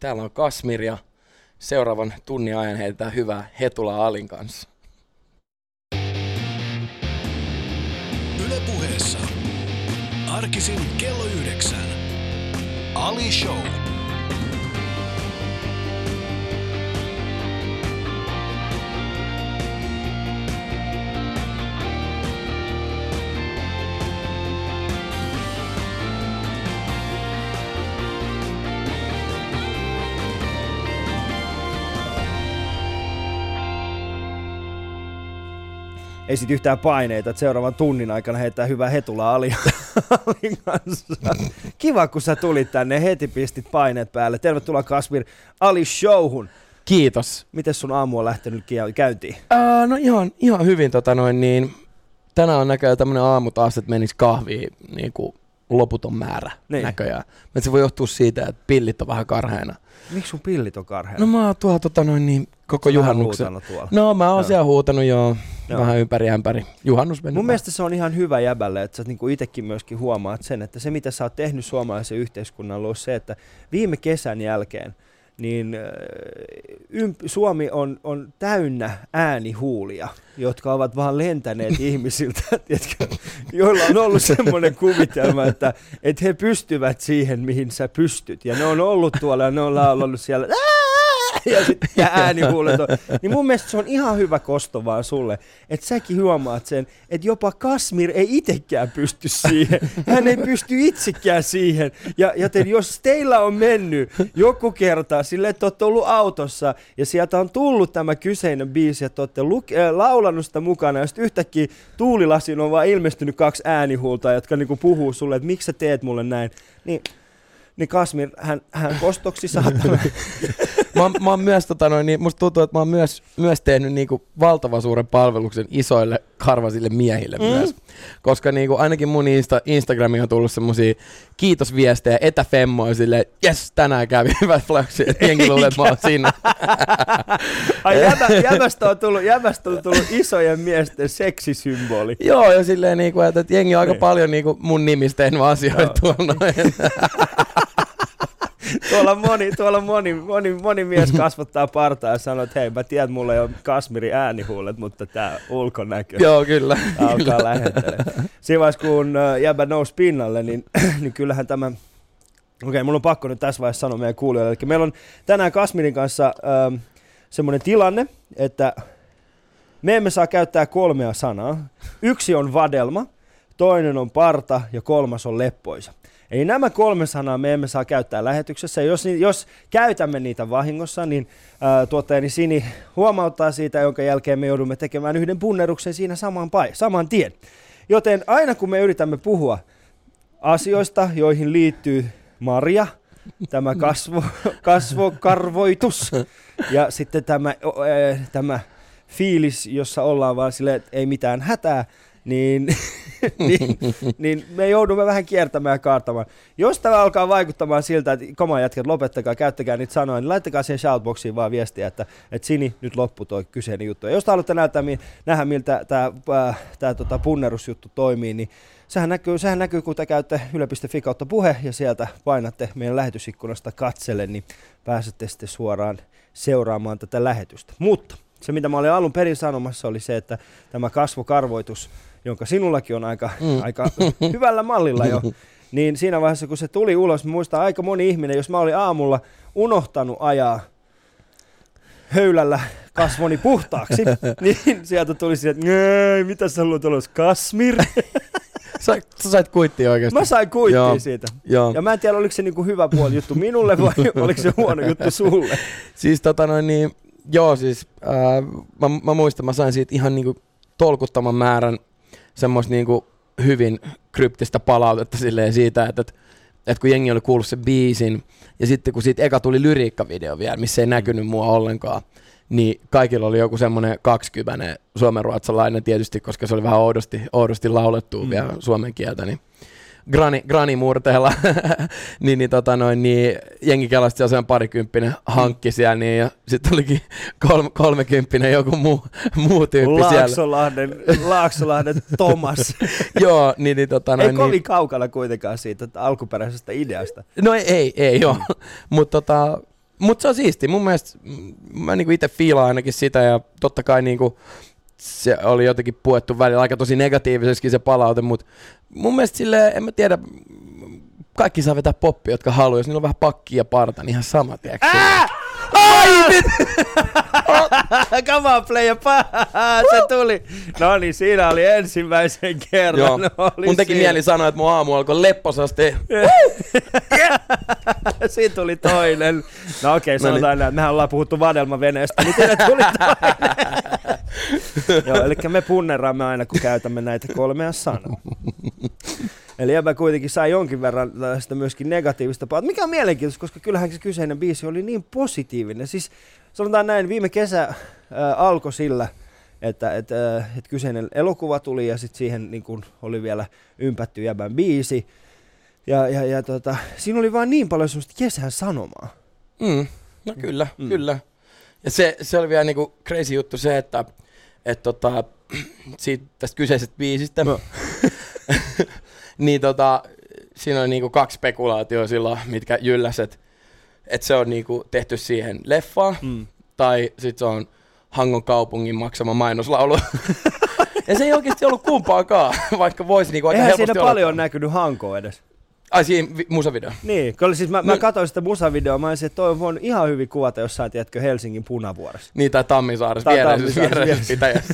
Täällä on Kasmir ja seuraavan tunnin ajan heitetään hyvää Hetula Alin kanssa. Yle Puheessa. Arkisin kello 9. Ali Show. Ei sit yhtään paineita, että seuraavan tunnin aikana heittää hyvää Hetula Alin kanssa. Kiva, kun sä tulit tänne, heti pistit paineet päälle. Tervetuloa Kasmir Ali Showhun. Kiitos. Miten sun aamu on lähtenyt käyntiin? No ihan hyvin. Tänään on näköjään tämmönen aamu taas, että menisi kahvia niin kuin loputon määrä näköjään. Se voi johtua siitä, että pillit on vähän karheena. Miksi sun pillit on karheena? No mä oon tuolla koko juhannuksen. No mä oon siellä huutanut vähän ympäri ämpäri. Juhannus mennyt. Mun mielestä se on ihan hyvä jäbälle, että sä niinku itekin myöskin huomaat sen, että se mitä sä oot tehnyt suomalaisen yhteiskunnalle on se, että viime kesän jälkeen niin Suomi on täynnä äänihuulia, jotka ovat vaan lentäneet ihmisiltä, joilla on ollut semmoinen kuvitelma, että he pystyvät siihen, mihin sä pystyt. Ja ne on ollut tuolla ja ne on laulanut siellä ja äänihuulet on. Niin mun mielestä se on ihan hyvä kosto vaan sulle, että säkin huomaat sen, että jopa Kasmir ei itsekään pysty siihen. Hän ei pysty itsekään siihen. Ja joten jos teillä on mennyt joku kerta silleen, että olette ollut autossa ja sieltä on tullut tämä kyseinen biisi, että olette laulanut sitä mukana ja sitten yhtäkkiä tuulilasiin on vaan ilmestynyt 2 äänihuulta, jotka niinku puhuu sulle, että miksi sä teet mulle näin. Niin Kasmir, hän kostoksi saattaa. Mä oon myös, musta tuntuu, että mä oon myös tehnyt niinku valtavan suuren palveluksen isoille karvasille miehille myös. Koska niinku ainakin mun Instagramiin on tullut semmosia kiitosviestejä etäfemmoja silleen, jes, tänään kävi hyvät flaksit, että jengi luulee, että mä oon siinä. Ai jäbästä on tullut isojen miesten seksisymboli. Joo, ja silleen niinku, että jengi on aika paljon niinku mun nimissä tehnyt asioita tuolla noin. Tuolla moni mies kasvattaa partaa ja sanoo, että hei, mä tiedän, että mulla ei ole Kasmirin äänihuulet, mutta tää ulkonäkö. Joo, kyllä. Alkaa lähentelee. Siinä vaiheessa, kun jäbä nousi pinnalle, niin kyllähän tämä. Okei, mulla on pakko nyt tässä vaiheessa sanoa meidän kuulijoille. Eli meillä on tänään Kasmirin kanssa semmoinen tilanne, että me emme saa käyttää 3 sanaa. 1 on vadelma, toinen on parta ja 3 on leppoisa. Eli nämä 3 sanaa me emme saa käyttää lähetyksessä. Jos käytämme niitä vahingossa, niin tuottajani Sini huomauttaa siitä, jonka jälkeen me joudumme tekemään yhden punneruksen siinä saman tien. Joten aina kun me yritämme puhua asioista, joihin liittyy marja, tämä kasvokarvoitus ja sitten tämä fiilis, jossa ollaan vaan silleen, että ei mitään hätää, niin me joudumme vähän kiertämään ja kaartamaan. Jos tämä alkaa vaikuttamaan siltä, että koma jätkät, lopettakaa, käyttäkää niitä sanoja, niin laittakaa siihen shoutboxiin vaan viestiä, että Sini, nyt loppu toi kyseinen juttu. Ja jos haluatte nähdä, miltä tämä punnerusjuttu toimii, niin sehän näkyy, kun te käytte yle.fi/puhe ja sieltä painatte meidän lähetysikkunasta katselle, niin pääsette sitten suoraan seuraamaan tätä lähetystä. Mutta se, mitä mä olin alun perin sanomassa, oli se, että tämä kasvokarvoitus, jonka sinullakin on aika hyvällä mallilla jo, niin siinä vaiheessa, kun se tuli ulos, mä muistan aika moni ihminen, jos mä olin aamulla unohtanut ajaa höylällä kasvoni puhtaaksi, niin sieltä tuli se, että mitä sä haluat olla, Kasmir? Sä sait kuittia oikeasti. Mä sain kuittia siitä. Joo. Ja mä en tiedä, oliko se niinku hyvä puoli juttu minulle vai oliko se huono juttu sulle? Siis mä muistan, mä sain siitä ihan niinku tolkuttoman määrän semmoista niinku hyvin kryptistä palautetta silleen siitä, että kun jengi oli kuullut sen biisin ja sitten kun siitä eka tuli lyriikkavideo vielä, missä ei näkynyt mua ollenkaan, niin kaikilla oli joku semmoinen 20 suomenruotsalainen tietysti, koska se oli vähän oudosti laulettua vielä suomen kieltä, niin grani murteella, niin jengi kelasi siellä sen 20 hankki siellä, niin, ja sitten olikin 30 joku muu tyyppi Laaksolahden Thomas. Joo, ei kovin kaukana kuitenkaan siitä alkuperäisestä ideasta. No ei joo, mutta Mutta se on siisti. Mun mielestä mä niinku itse fiilaan ainakin sitä ja totta kai niinku se oli jotenkin puettu välillä aika tosi negatiivisesti se palaute, mutta mun mielestä silleen, en mä tiedä, kaikki saa vetää poppia, jotka haluaa, jos niillä on vähän pakkia ja parta, niin ihan sama, tiedätkö? Ai nyt! Come on, player, se tuli. No niin, siinä oli ensimmäisen kerran. Joo. Mun teki mieli sanoa, että mun aamu alkoi lepposasti. Siinä tuli toinen. No okei, sanotaan näin, että mehän ollaan puhuttu vadelmaveneestä, niin teille tuli toinen. Joo, eli me punneraamme aina, kun käytämme näitä 3 sanaa. Eli jäbä kuitenkin sai jonkin verran tästä myöskin negatiivista palautetta, mikä on mielenkiintoista, koska kyllähän se kyseinen biisi oli niin positiivinen. Siis sanotaan näin, viime kesä alkoi sillä, että kyseinen elokuva tuli ja sitten siihen niin kun oli vielä ympätty jäbän biisi. Ja siinä oli vaan niin paljon semmoista kesän sanomaa. No kyllä. Ja se oli vielä niinku crazy juttu se, että siitä tästä kyseisestä biisistä, niin siinä on niinku 2 spekulaatioa silloin, mitkä jylläset, että se on niinku tehty siihen leffaan, tai sit se on Hangon kaupungin maksama mainoslaulu. Ja se ei oikeasti ollut kumpaakaan, vaikka voisi niinku aika helposti olla. Eihän siinä paljon näkynyt Hankoa edes. Ai siinä musavideo? Niin, siis mä katsoin sitä musavideoa, mä olisin, että toi on voinut ihan hyvin kuvata jossain, tiedätkö, Helsingin Punavuoressa. Niin, tai Tammisaaressa, viereisessä pitäjässä.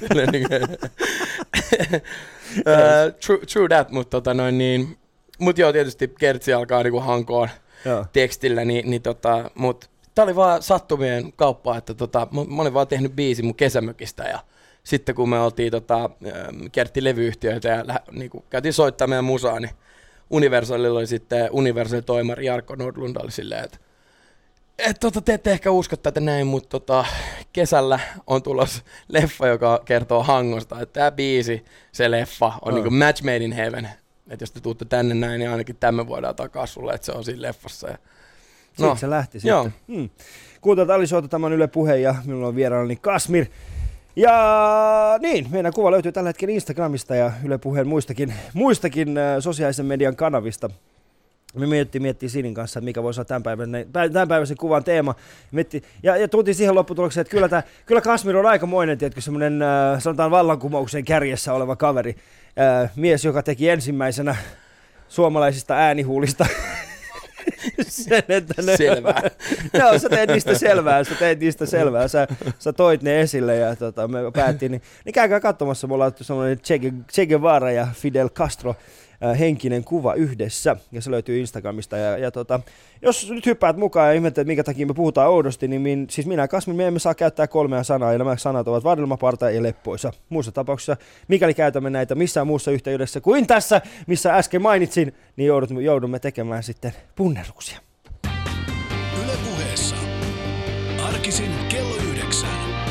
True that, mutta mut joo, tietysti kertsi alkaa niinku Hankoon tekstillä, mut tää oli vaan sattumien kauppaa, että mä olin vaan tehnyt biisin mun kesämökistä ja sitten kun me oltiin Kertti levyyhtiöitä ja niinku käytiin soittaa meidän musaa, niin Universalilla oli sitten Universal-toimari Jarkko Nordlund oli silleen, että te ette ehkä usko tätä näin, mutta kesällä on tulossa leffa, joka kertoo Hangosta, että tämä biisi, se leffa on niinku match made in heaven. Että jos te tuutte tänne näin, niin ainakin tämän voidaan takaa sulle, että se on siinä leffassa. Ja siitä se lähti sitten. Kuuntelut Ali Showta, tämä on Yle Puhe ja minulla on vieraanani Kasmir. Ja niin, meidän kuva löytyy tällä hetkellä Instagramista ja Yle Puheen muistakin sosiaalisen median kanavista. Me miettii Sinin kanssa, että mikä voisi olla tämänpäiväisen kuvan teema. Ja tultiin siihen lopputulokseen, että kyllä Kasmir on aikamoinen, tiedätkö, semmoinen sanotaan vallankumouksen kärjessä oleva kaveri. Mies, joka teki ensimmäisenä suomalaisista äänihuulista sen, että selvää. Joo, sä teit niistä selvää. Sä toit ne esille ja me päättiin, niin käykää katsomassa. Me ollaan otettu semmoinen Che Guevara ja Fidel Castro henkinen kuva yhdessä, ja se löytyy Instagramista. Jos nyt hyppäät mukaan ja ihmettelet, minkä takia me puhutaan oudosti, niin siis minä ja Kasmir, me emme saa käyttää 3 sanaa, ja nämä sanat ovat vadelmaparta ja leppoisa. Muussa tapauksessa, mikäli käytämme näitä missään muussa yhteydessä kuin tässä, missä äsken mainitsin, niin joudumme tekemään sitten punneruksia. Yle Puheessa. Arkisin kello 9.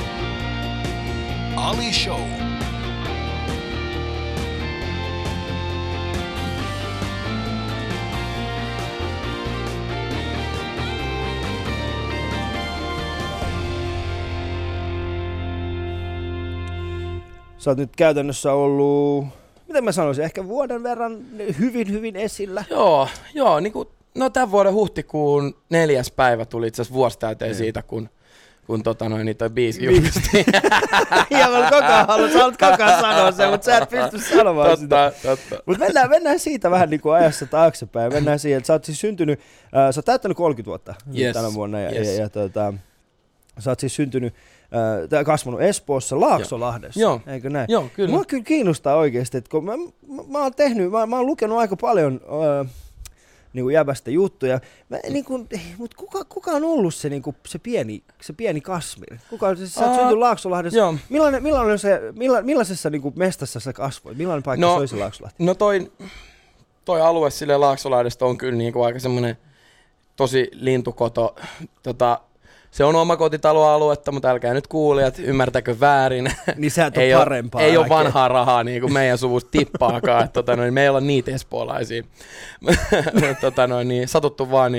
Ali Show. Sä oot nyt käytännössä ollut, miten mä sanoisin, ehkä vuoden verran hyvin esillä. Joo, niin kuin, no tämän vuoden huhtikuun 4. päivä tuli itse asiassa vuosi täyteen siitä, kun niin toi biisi julkaistiin. Ja mä haluat koko ajan sanoa sen, mutta sä et pysty sanomaan sitä. Mutta mennään siitä vähän niin kuin ajassa taaksepäin. Mennään siihen, että sä oot siis syntynyt, sä oot täyttänyt 30 vuotta tänä vuonna. Ja sä oot siis syntynyt, kasvanut Espoossa, Laaksolahdessa, eikö näin? Joo, kyllä. Mua kyllä kiinnostaa oikeasti, että kun mä oon lukenut aika paljon niin kuin jäbästä juttuja, mutta kuka on ollut se, niin kuin, se pieni Kasmir? Sä oot syntynyt Laaksolahdessa. Millaisessa niin kuin mestassa sä kasvoit? Millainen paikka se olisi Laaksolahti? No toi alue sille Laaksolahdesta on kyllä niin kuin aika semmoinen tosi lintukoto. Se on omakotitaloaluetta, mutta älkää nyt kuulijat, ymmärtäkö väärin. Niin sä et ole parempaa. Ei ole vanhaa rahaa niin kuin meidän suvusta tippaakaan. Me ei olla niitä espoolaisia. Satuttu vaan niin kuin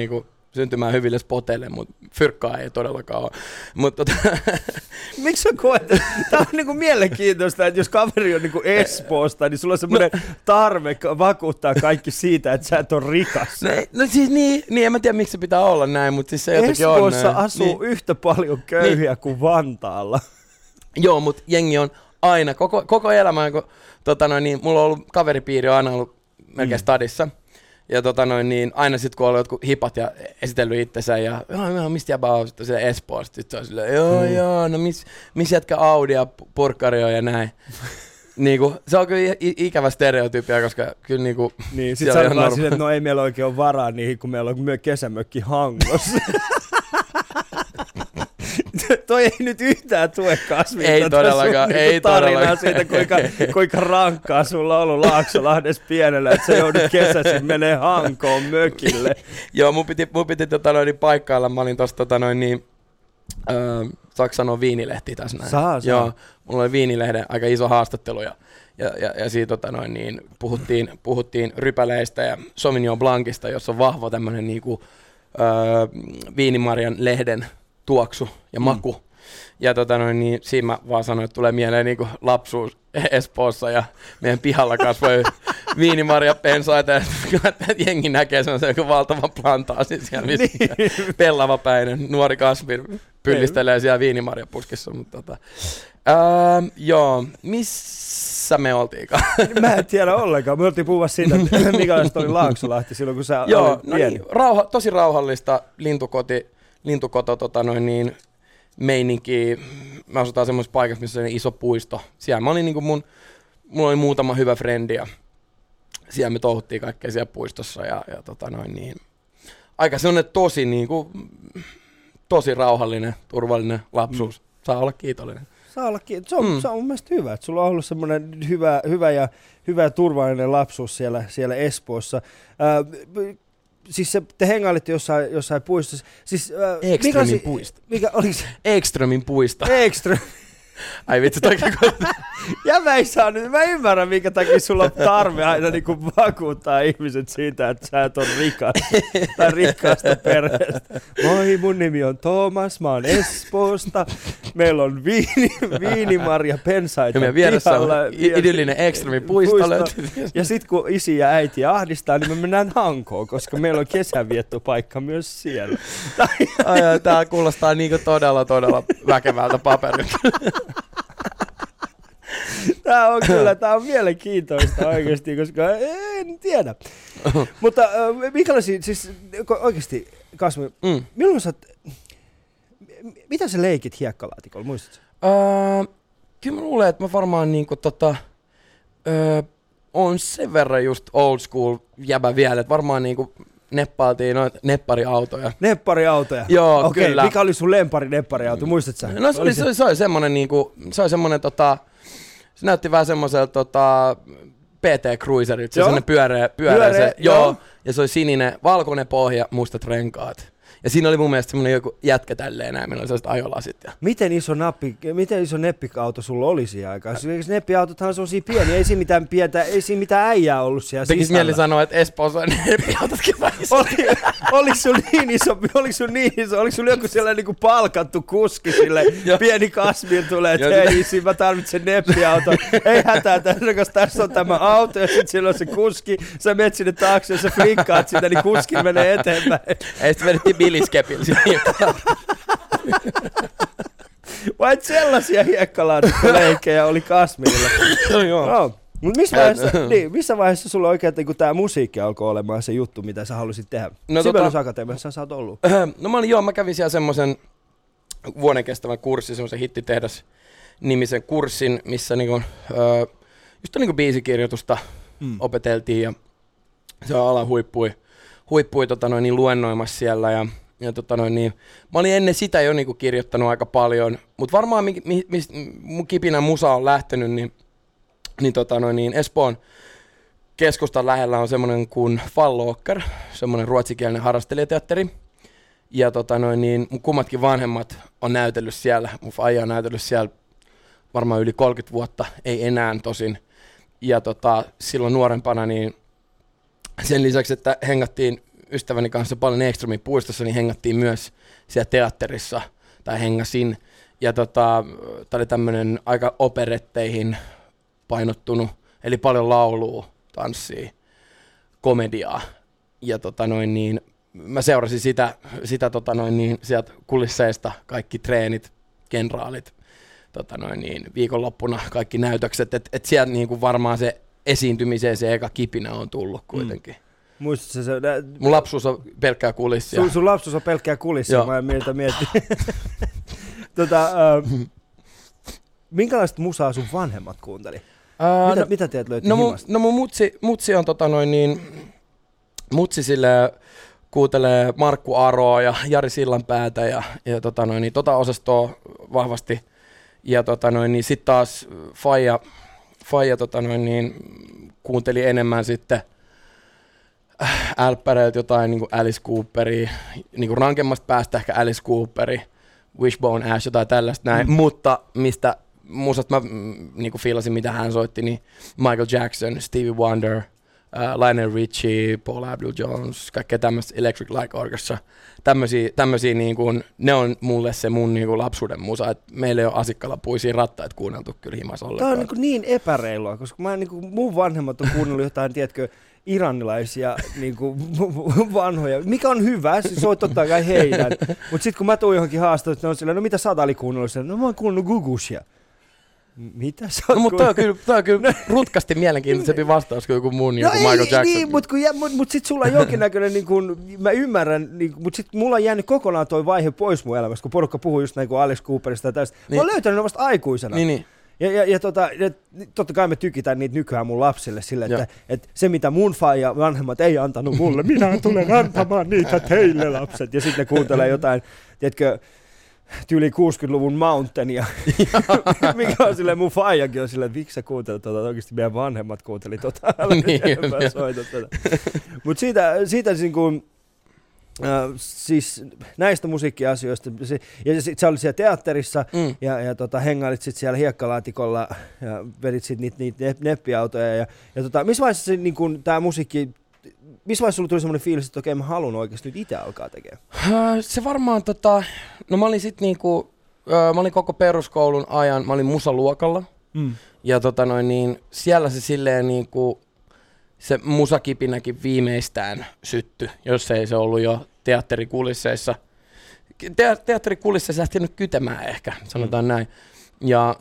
syntymään hyville spoteille, mutta fyrkkaa ei todellakaan ole. Miksi sä koet? Tämä on niinku mielenkiintoista, että jos kaveri on niinku Espoosta, niin sulla on semmoinen tarve vakuuttaa kaikki siitä, että sä et ole rikas. No siis niin, en mä tiedä miksi se pitää olla näin, mutta siis se jotenkin on. Espoossa asuu yhtä paljon köyhiä kuin Vantaalla. Joo, mutta jengi on aina, koko elämä, kun mulla on ollut kaveripiiri on aina ollut melkein stadissa. Ja aina sit kun on ollut jotkut hipat ja esitellyt itsensä ja mistä jäbä on sitten siellä Espoosta. Sitten se on silleen, joo, no missä jätkä Audi ja purkkari on ja näin. Niinku, se on kyllä ikävä stereotypia, koska kyllä niinku... Niin, sit sanotaan silleen, että no ei meillä oikein ole varaa niihin, kun meillä on kesämökki Hangossa. Toi ei nyt yhtään tue kasvita. Ei todellakaan, ei tarinaa siitä, kuinka rankkaa sulla on ollut Laaksolahdessa pienellä, että sä joudut kesäisin menee Hankoon mökille. Joo, mun piti paikkailla, mä olin tossa saako sanoa viinilehti tässä näin? Saa. Joo, mulla oli Viinilehden aika iso haastattelu ja siitä puhuttiin rypäleistä ja Sauvignon Blancista, jossa on vahva tämmönen niinku viinimarjan lehden tuoksu ja maku. Ja siinä mä vaan sanoin, että tulee mieleen niinku lapsuus Espoossa ja meidän pihalla kasvoi viinimarjapensaita ja jengi näkee semmoisen valtavan plantaasin siellä, missä pellavapäinen nuori kasvi pyllistelee siellä viinimarjapuskissa. Mutta joo, missä me oltiinkaan? Mä en tiedä ollenkaan. Me oltiin puhua siitä, että minkälaista oli Laaksolahti silloin, kun sä olit pieni. Niin, tosi rauhallista lintukoto meininkiä. Me asutaan semmoisessa paikassa, missä on iso puisto. Siellä mä olin mulla oli muutama hyvä frendi ja siellä me touhuttiin kaikkea siellä puistossa ja aika semmoinen tosi rauhallinen, turvallinen lapsuus. Saa olla kiitollinen. Se on mun mielestä hyvä, että sulla on ollut semmoinen hyvä ja turvallinen lapsuus siellä Espoossa. Siis te hengailitte jossain puistossa. Siis, Ekströmin puisto. Mikä oliks? Ekströmin puisto. Ai vitsi, toikin Ja mä ymmärrän, minkä takia sulla on tarve aina niinku vakuuttaa ihmiset siitä, että sä et ole rikas tai rikkaasta perheestä. Moi, mun nimi on Thomas, mä oon Espoosta, meillä on viinimarja pensaita ja vieressä on idyllinen Ekströmin puisto. Ja sit kun isi ja äiti ahdistaa, niin me mennään Hankoon, koska meillä on kesäviettopaikka myös siellä. Tää kuulostaa niinku todella väkevältä paperilta. Tämä on mielenkiintoista oikeasti, koska en tiedä. Mutta minkälaisia, siis oikeasti Kasvi, milloin mitä sä leikit hiekkalaatikolla, muistatko? Kyllä mä luulen, että mä varmaan on sen verran just old school jäbä vielä, että varmaan neppailtiin noita neppariautoja. Neppariautoja? Joo, okei, kyllä. Mikä oli sun lempari neppariauto, muistatko sä? No se oli semmonen se näytti vähän semmoiselta PT Cruiserilta, se semmonen pyöreä se. Joo. Ja se oli sininen, valkoinen pohja, mustat renkaat. Ja siinä oli mun mielestä semmoinen joku jätkä tälleen näin, meillä oli sellaiset ajolasit. Ja... Miten iso neppikauto sulla oli siihen aikaan? Neppiautothan on sellaisia pieniä, ei siinä mitään äijää ollut siellä sisällä. Tekis mieli sanoa, että Espoossa on neppiautotkin vähän isoja. Oliko sulla niin iso? Oliko sulla joku sellainen niinku palkattu kuski sille pieni Kasmir tulee, että hei, mä tarvitsen neppiauton. Ei hätää, tässä on tämä auto ja sitten siellä on se kuski. Sä menet sinne taakse ja sä flinkkaat sitä, niin kuski menee eteenpäin. Ei sitten vedettiin biliskepillä siinä. Vai sellaisia hiekkalaatikkoleikejä oli Kasmirilla? Joo. Mut missä vaiheessa sulla oikein tämä musiikki alkoi olemaan se juttu, mitä sä halusit tehdä? Sibelius Akatemiassa sä oot ollut. Mä kävin siellä semmoisen vuoden kestävän kurssin, semmoisen Hittitehdas-nimisen kurssin, missä just biisikirjoitusta opeteltiin ja se on alan huippui luennoimassa siellä ja mä olin ennen sitä jo kirjoittanut aika paljon, mutta varmaan mun kipinä musa on lähtenyt, niin Espoon keskustan lähellä on semmoinen kuin Fallåker, semmoinen ruotsikielinen harrastelijateatteri. Ja mun kummatkin vanhemmat on näytellyt siellä, mun faija on näytellyt siellä varmaan yli 30 vuotta, ei enää tosin. Ja silloin nuorempana niin sen lisäksi, että hengattiin ystäväni kanssa paljon Ekströmin puistossa, niin hengattiin myös siellä teatterissa, tai hengasin. Ja tää oli tämmönen aika operetteihin painottunut, eli paljon laulua, tanssia, komediaa. Ja mä seurasin sitä sieltä kulisseista, kaikki treenit, kenraalit, viikonloppuna kaikki näytökset, että sieltä niinku varmaan se esiintymiseen se eka kipinä on tullut kuitenkin. Mun lapsuus on pelkkää kulissia. Sun lapsuus on pelkkää kulissia, mä en miltä mietin. Minkälaista musaa sun vanhemmat kuunteli? Mitä teet löytyi himasta? No mun mutsi on mutsi sille kuuntelee Markku Aroa ja Jari Sillanpäätä ja osastoa vahvasti. Ja sit taas faija kuunteli enemmän sitten älppäreiltä jotain niinku Alice Cooperia, niinku rankemmasta päästä ehkä Alice Cooperi, Wishbone Ash, jotain tällaista näin, mutta mistä musasta mä niinku fiilasin, mitä hän soitti, niin Michael Jackson, Stevie Wonder, Lionel Richie, Paul Abdul-Jones, kaikkea tämmöistä Electric Light Orchestra, tämmöisiä niinku, ne on mulle se mun niinku lapsuuden musa, että meillä ei ole Asikkalapuisia rattaita kuunneltu kyllä himas ollenkaan. Tämä on niin epäreilua, koska mun vanhemmat on kuunnellut jotain, tiedätkö, iranilaisia niinku, vanhoja, mikä on hyvä, se on totta kai heidän, mutta sitten kun mä tuun johonkin haastatteluun, ne on silleen, no mitä sä oli kuunnellut, no mä oon kuunnellut Gugusia. Mitä sä oot mutta toi on kyllä rutkasti mielenkiintoisempi vastaus kuin joku mun joku Michael Jackson. Niin, mutta sit sulla on jonkinnäköinen, niin kun, mä ymmärrän, niin, mutta sit mulla on jäänyt kokonaan toi vaihe pois mun elämästä, kun porukka puhuu just näin kuin Alex Cooperista ja tästä. Niin. Mä oon löytänyt ne vasta aikuisena. Niin. Ja totta kai me tykitään niitä nykyään mun lapsille sille, että se mitä mun faija vanhemmat ei antanut mulle, minä tulen antamaan niitä teille lapset. Ja sitten ne kuuntelee jotain, tiedätkö, tyyli 60-luvun Mountainia, mikä on silleen, mun faijakin on silleen, että miksi sä kuuntelet oikeasti meidän vanhemmat kuunteli Mutta siitä niin kuin, siis näistä musiikkiasioista, ja sit sä olit siellä teatterissa, ja hengailit sit siellä hiekkalaatikolla, ja vedit sit niitä neppiautoja, ja missä vaiheessa se, niin kun, tää musiikki, missä vaiheessa sulla tuli semmoinen fiilis, että okei, mä haluan oikeasti nyt itse alkaa tekemään? Se varmaan, no mä olin sit niinku, mä olin koko peruskoulun ajan, mä olin musaluokalla, ja siellä se silleen niinku, se musakipinäkin viimeistään sytty, jos ei se ollut jo teatterikulisseissa. Teatterikulisseissa lähti nyt kytemään ehkä, sanotaan näin. Ja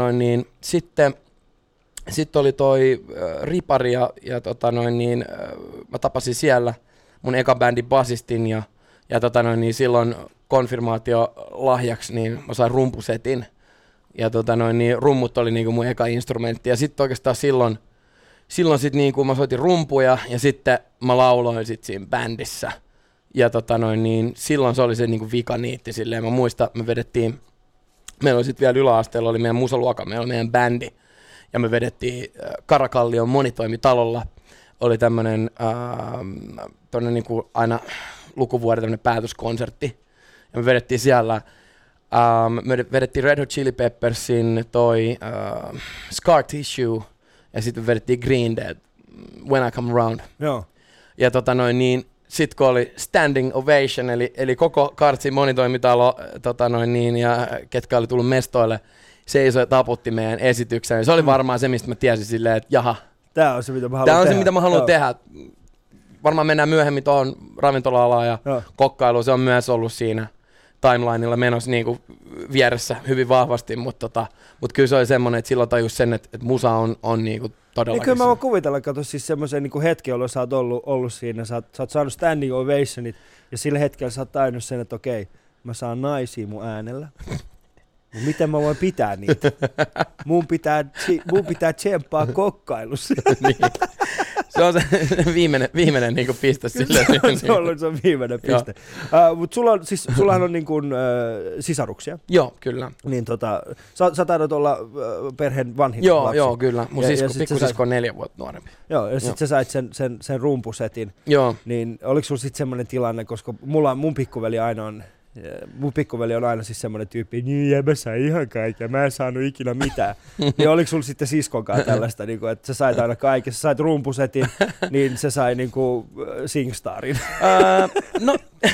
sitten oli toi Ripari ja mä tapasin siellä mun ekan bändin basistin ja silloin konfirmaatio lahjaksi niin mä sain rumpusetin ja rummut oli niinku mun eka instrumentti ja sitten oikeastaan silloin sit niinku mä soitin rumpuja ja sitten mä lauloin sit siinä bändissä ja silloin se oli se niinku vikaniitti silleen. Mä muistan, meillä oli sit vielä yläasteella oli meidän musaluokka, meillä oli meidän bändi ja me vedettiin Karakallion monitoimitalolla, oli tämmönen niinku aina lukuvuoden tämmönen päätöskonsertti ja me vedettiin siellä me vedettiin Red Hot Chili Peppersin toi Scar Tissue ja sitten me vedettiin Green Day, When I Come Around. Joo. Ja sit kun oli standing ovation, eli koko Kartsin monitoimitalo ja ketkä oli tullut mestoille, seisoi ja taputti meidän esityksen. Se oli varmaan se, mistä mä tiesin silleen, että jaha. Tää on se, mitä mä haluan tehdä. Varmaan mennään myöhemmin tuohon ravintola-alaan ja kokkailuun. Se on myös ollut siinä timelineilla menossa niin vieressä hyvin vahvasti, mutta kyllä se oli semmoinen, että silloin tajus sen, että musa on niin kuin todellakin. Kyllä mä voin kuvitella, kato siis semmoisen niin hetken, jolloin sä oot ollut siinä, sä oot saanut standing ovationit ja sillä hetkellä sä oot tajunnut sen, että okei, mä saan naisia mun äänellä. Miten mä voin pitää niitä? Mun pitää tsemppaa kokkailussa. Niin. Se on se viimeinen niinku piste sille. Se on viimeinen piste. Mutta sullahan on niinku, sisaruksia. Joo, kyllä. Niin sä taidat olla perheen vanhin lapsi. Joo, kyllä. Mun pikkusisko on 4 vuotta nuorempi. Joo, ja sit sä sait sen rumpusetin. Joo. Niin oliko sulla sit semmoinen tilanne, koska mun pikkuveli aina on Mun pikkuveli on aina siis semmoinen tyyppi, niin ja mä sain ihan kaiken, mä en saanut ikinä mitään. Niin oliko sulla sitten siskonkaan tällaista, niin kuin, että sä sait aina kaiken, sä sait rumpusetin, niin se sai niin kuin Singstarin? No,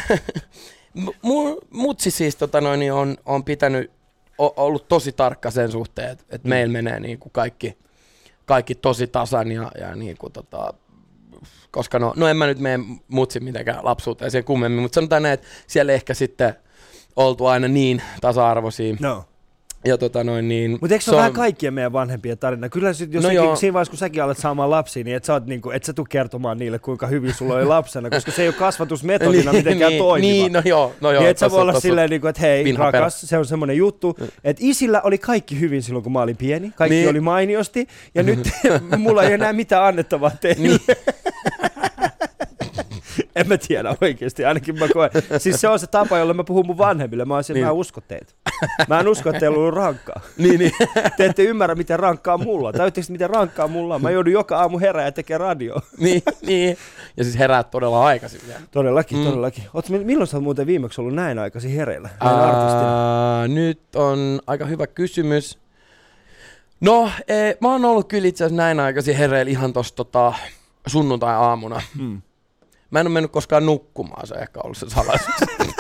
mutsi siis on pitänyt, ollut tosi tarkka sen suhteen, että meillä menee niin kuin kaikki tosi tasan ja niin kuin koska no en mä nyt mene mutsin mitenkään lapsuuteen sen kummemmin, mutta sanotaan näin, että siellä ehkä sitten oltu aina niin tasa-arvoisia. No. Ja mutta eikö se ole vähän kaikkien meidän vanhempien tarina? Kyllä sit, jos siinä vaiheessa, kun säkin alet saamaan lapsia, niin et sä tule kertomaan niille, kuinka hyvin sulla oli lapsena, koska se ei ole kasvatusmetodina mitenkään toimiva. Niin, no joo. Niin et sä voi olla silleen, että hei rakas, se on semmoinen juttu, että isillä oli kaikki hyvin silloin, kun mä olin pieni. Kaikki oli mainiosti, ja nyt mulla ei enää mitään annettavaa teille. Niin. En mä tiedä oikeasti, ainakin mä koen. Siis se on se tapa, jolla mä puhun mun vanhemmille. Mä oon siellä, mä en usko teitä. Mä en usko, että teillä on ollut rankkaa. Niin. Te ette ymmärrä, miten rankkaa mulla. Täyttekö miten rankkaa mulla on? Mä joudun joka aamu herää ja tekee radioa. Niin. Ja siis heräät todella aikaisin vielä. Todellakin. Milloin sä oot muuten viimeksi ollut näin aikaisin hereillä? Nyt on aika hyvä kysymys. No, mä oon ollut kyllä itse asiassa näin aikaisin hereillä ihan tossa sunnuntai-aamuna. Mä en ole mennyt koskaan nukkumaan, se on ehkä ollut se salaisuus.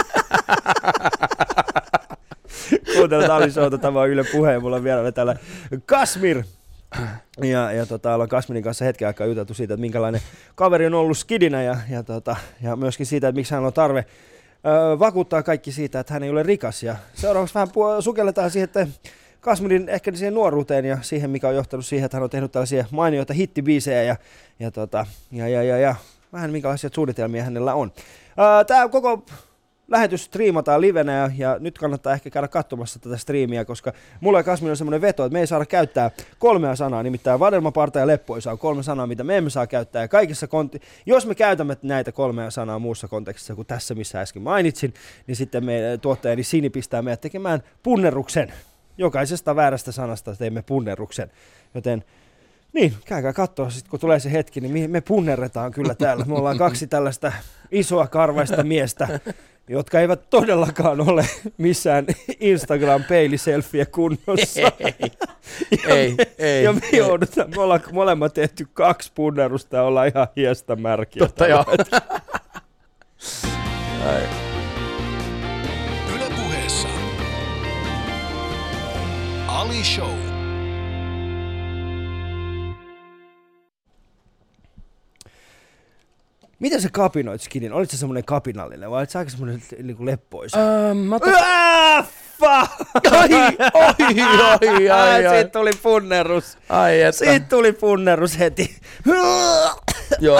Kuuntelen Talishowta, tämä on Yle Puhe, ja mulla on vielä täällä Kasmir. Ja ollaan Kasmirin kanssa hetken aikaa juteltu siitä, että minkälainen kaveri on ollut skidinä, ja myöskin siitä, että miksi hän on tarve vakuuttaa kaikki siitä, että hän ei ole rikas. Ja seuraavaksi vähän sukelletaan siihen, että Kasmirin ehkä siihen nuoruuteen ja siihen, mikä on johtanut siihen, että hän on tehnyt tällaisia mainioita hittibiisejä ja vähän minkälaisia suunnitelmia hänellä on. Tämä koko lähetys striimataan livenä ja nyt kannattaa ehkä käydä katsomassa tätä striimiä, koska mulla ja Kasmilla on semmoinen veto, että me ei saada käyttää 3 sanaa, nimittäin vadelmaparta ja leppoisa on 3 sanaa, mitä me emme saa käyttää. Ja kaikissa jos me käytämme näitä 3 sanaa muussa kontekstissa kuin tässä, missä äsken mainitsin, niin sitten tuottajani Sini pistää meidät tekemään punnerruksen. Jokaisesta väärästä sanasta teemme punnerruksen, joten niin, käykää katsoa, sit kun tulee se hetki, niin me punnerretaan kyllä täällä. Me ollaan 2 tällaista isoa karvaista miestä, jotka eivät todellakaan ole missään Instagram-peiliselfie kunnossa. Ei. Ja me ollaan molemmat tehty 2 punnerusta ja ollaan ihan hiestä märkiä. Totta joo. Yle Puheessa Ali Show. Miten sä kapinoit skidin? Olit sä semmonen kapinallinen vai olit sä aika semmonen niinku leppoisa? Ai. Siitä tuli punnerus. Siitä tuli punnerus heti. Joo.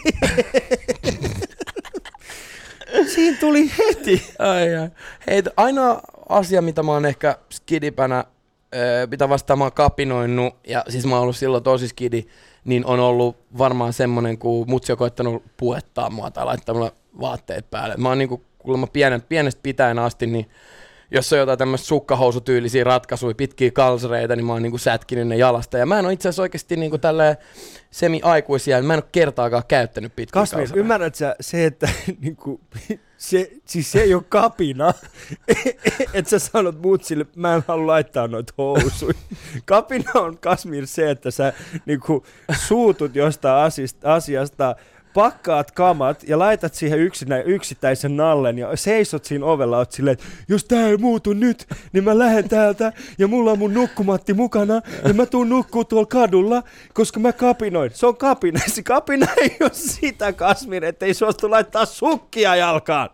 Siinä tuli heti. Ai. Hei, ainoa asia, mitä mä oon ehkä skidipänä, mitä vastaan mä oon kapinoinut, ja siis mä oon ollut silloin tosi skidi, niin on ollut varmaan semmonen, kun mutsi on koittanut puettaa mua tai laittaa mulle vaatteet päälle. Mä oon niinku kuulemma pienestä pitäen asti, niin jos on jotain tämmöistä sukkahousutyylisiä ratkaisuja, pitkiä kalsareita, niin mä oon niinku sätkinyt ne jalasta. Ja mä en oo itse asiassa oikeesti niinku tälleen semi-aikuisia, niin mä en oo kertaakaan käyttänyt pitkiä kalsareita. Kasmi, ymmärrät sä se, että niinku, se ei oo kapina, että sä sanot mutsille, mä en halua laittaa noita housuja. Kapina on, Kasmir, se, että sä niinku suutut jostain asiasta, pakkaat kamat ja laitat siihen yksittäisen nallen ja seisot siinä ovella, oot silleen, että jos tää ei muutu nyt, niin mä lähden täältä ja mulla on mun nukkumatti mukana ja mä tuun nukkuu tuolla kadulla, koska mä kapinoin. Se on kapina. Se kapina ei ole sitä, Kasmir, ettei suostu laittaa sukkia jalkaan.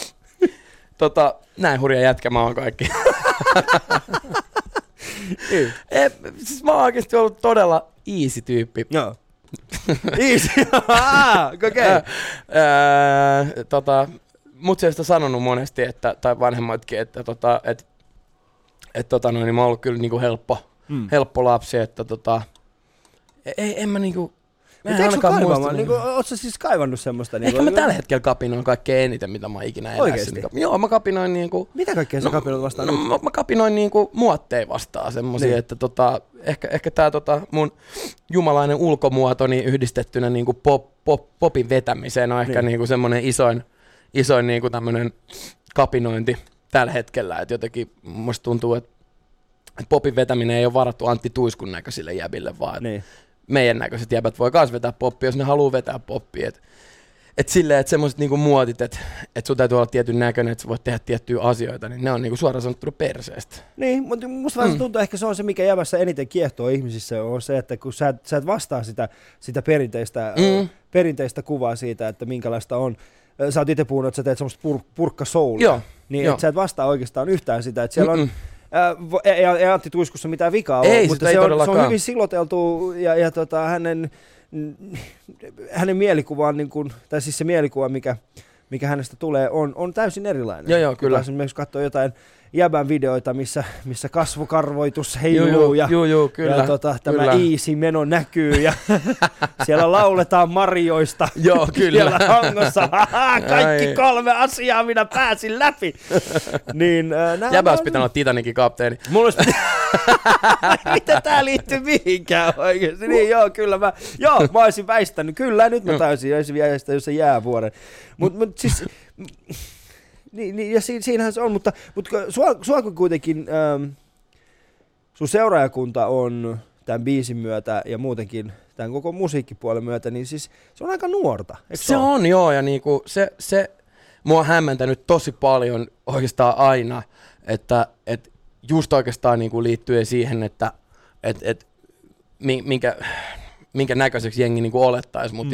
Näin hurja jätkä mä oon kaikki. Siis mä oon oikeesti ollut todella easy tyyppi. Joo. Easy. Okei. Mut se on sanonut monesti, tai vanhemmatkin, että niin mä oon ollut kyllä niinku helppo lapsi, että en mä niinku. Mutta eikö sun kaivaamaan? Oot sä siis kaivannut semmoista? Ehkä mä tällä hetkellä kapinoin kaikkein eniten, mitä mä ikinä elässäni. Joo, mä kapinoin niinku. Mitä kaikkea sä kapinoit vastaan? Mä kapinoin niinku muotteja vastaan semmosia, niin. Että ehkä tää mun jumalainen ulkomuotoni yhdistettynä niinku popin vetämiseen on ehkä niinku semmonen isoin niinku tämmönen kapinointi tällä hetkellä, että jotenkin musta tuntuu, että popin vetäminen ei ole varattu Antti Tuiskun näköisille jäbille, vaan Niin. meidän näköiset jäbät voi myös vetää poppia, jos ne haluaa vetää poppia. Että silleen, että semmoiset niinku muotit, että sun täytyy olla tietyn näköinen, että sä voit tehdä tiettyjä asioita, niin ne on niinku suoraan sanottuna perseestä. Niin, mutta musta vähän tuntuu, ehkä se on se, mikä jäbässä eniten kiehtoo ihmisissä, on se, että kun sä et vastaa sitä perinteistä kuvaa siitä, että minkälaista on. Sä oot itse puhunut, että sä teet semmoista purkkasoulia. Niin, että sä et vastaa oikeastaan yhtään sitä, että siellä on... Ei Antti Tuiskussa mitään vikaa ole, mutta se on hyvin siloteltu ja hänen mielikuvaan, niin kuin, tai siis se mielikuva, mikä hänestä tulee, on täysin erilainen. Joo, kyllä. Esimerkiksi katsoo jotain jäbän videoita, missä kasvokarvoitus heiluu ja tämä easy meno näkyy ja siellä lauletaan marjoista. Joo, kyllä. Siellä hangossa, kaikki 3 asiaa minä pääsin läpi. Niin, jäbä olisi pitänyt olla Titanicin kapteeni. Mulla olisi miten tää liittyy mihinkään oikeesti? Niin joo, kyllä mä olisin väistänyt. Kyllä, nyt mä täysin olisin väistänyt, jos se jäävuoren. Mut siis... Niin, ja siinähän se on, mutta sua kuitenkin sun seuraajakunta on tämän biisin myötä ja muutenkin tämän koko musiikkipuolen myötä, niin siis se on aika nuorta, eikö se on, joo, ja niinku se mua on hämmentänyt tosi paljon oikeastaan aina, että just oikeastaan niinku liittyen siihen, että minkä näköiseksi jengi niinku olettaisi mut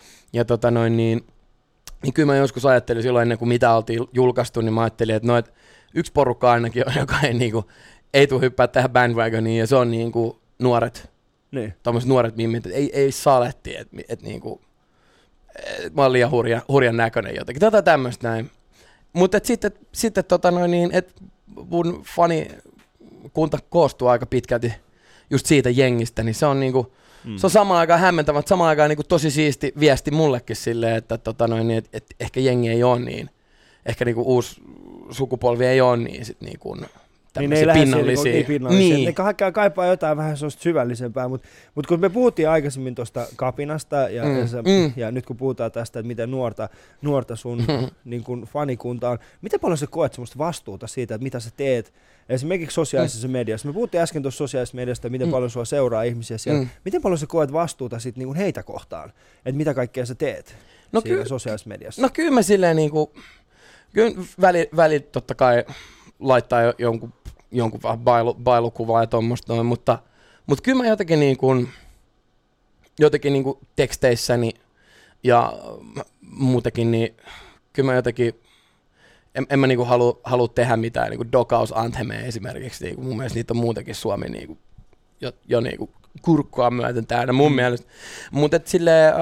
niin kyllä mä joskus ajattelin silloin ennen kuin mitä oltiin julkaistu, niin mä ajattelin, että yksi porukka ainakin on, joka ei tule hyppää tähän bandwagoniin, ja se on niinku nuoret, tommoset nuoret mimmit, että ei saletti, että niinku, mä oon liian hurjan näköinen jotenkin, tämmöistä näin. Mutta sitten että mun fanikunta koostuu aika pitkälti just siitä jengistä, niin se on niinku, se on samaan aikaan hämmentävä, mutta samaan aikaan niin tosi siisti viesti mullekin silleen, että et ehkä jengi ei ole niin, ehkä niin uusi sukupolvi ei ole niin sit niin kuin tämmöisiä pinnallisia. Niin. Ne kaipaa jotain vähän sellaista syvällisempää, mutta kun me puhuttiin aikaisemmin tuosta kapinasta ja nyt kun puhutaan tästä, että miten nuorta sun niin kuin fanikunta on, miten paljon sä koet semmoista vastuuta siitä, että mitä sä teet esimerkiksi sosiaalisessa mediassa. Me puhuttiin äsken tuossa sosiaalisessa mediasta, miten paljon sua seuraa ihmisiä siellä. Miten paljon sä koet vastuuta sit niin kuin heitä kohtaan, että mitä kaikkea sä teet siinä sosiaalisessa mediassa? No kyllä mä silleen niinku, kyllä väli totta kai laittaa jonkun vähän bailukuvaa ja tommoista noin, mutta kyllä mä jotenkin niinku teksteissäni ja muutenkin, niin kyllä mä jotenkin, en mä niinku halua tehdä mitään niinku dokaus-anthemeja esimerkiksi, niinku mun mielestä niitä on muutenkin Suomi niinku jo niinku kurkkua myöten täynnä mun mielestä, mutta silleen,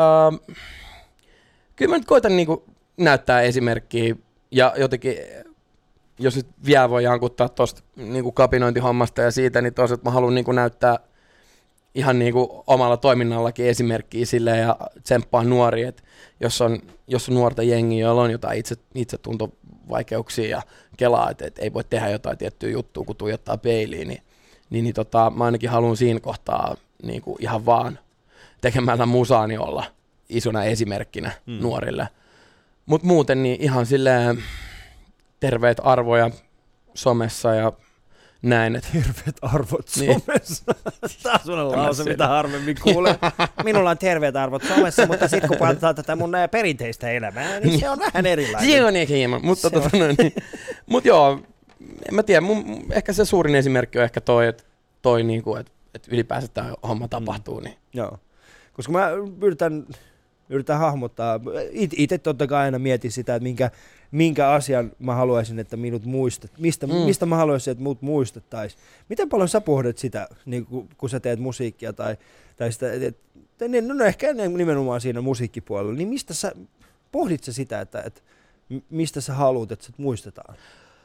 kyllä mä nyt koitan niinku näyttää esimerkkiä ja jotenkin, jos nyt vielä voi jankuttaa tuosta niinku kapinointihommasta ja siitä, niin tosiaan, että mä haluan niinku näyttää ihan niinku omalla toiminnallakin esimerkkiä silleen ja tsemppaa nuoria, että jos on nuorta jengiä, joilla on jotain itsetuntovaikeuksia ja kelaa, että ei voi tehdä jotain tiettyä juttua, kun tuijottaa peiliin, niin mä ainakin haluan siinä kohtaa niinku ihan vaan tekemällä musaani olla isona esimerkkinä nuorille. Mut muuten niin ihan silleen terveet arvoja somessa ja näin. Terveet arvot somessa. Tämä on sellainen lause, mitä harvemmin kuulee. Minulla on terveet arvot somessa, mutta sitten kun puhutaan tätä mun perinteistä elämää, niin se on vähän erilainen. Se on ehkä hieman, mutta mut joo, en mä tiedä, ehkä se suurin esimerkki on ehkä toi niinku, että ylipäänsä tämä homma tapahtuu. Niin. Joo, koska mä yritän hahmottaa, itse totta kai aina mietin sitä, että minkä asian mä haluaisin, että minut mistä mä haluaisin, että mut muistettaisiin. Miten paljon sä pohdit sitä, niin kun sä teet musiikkia tai sitä, no ehkä nimenomaan siinä musiikkipuolella, niin mistä sä pohdit sä sitä, että mistä sä haluat, että sut muistetaan?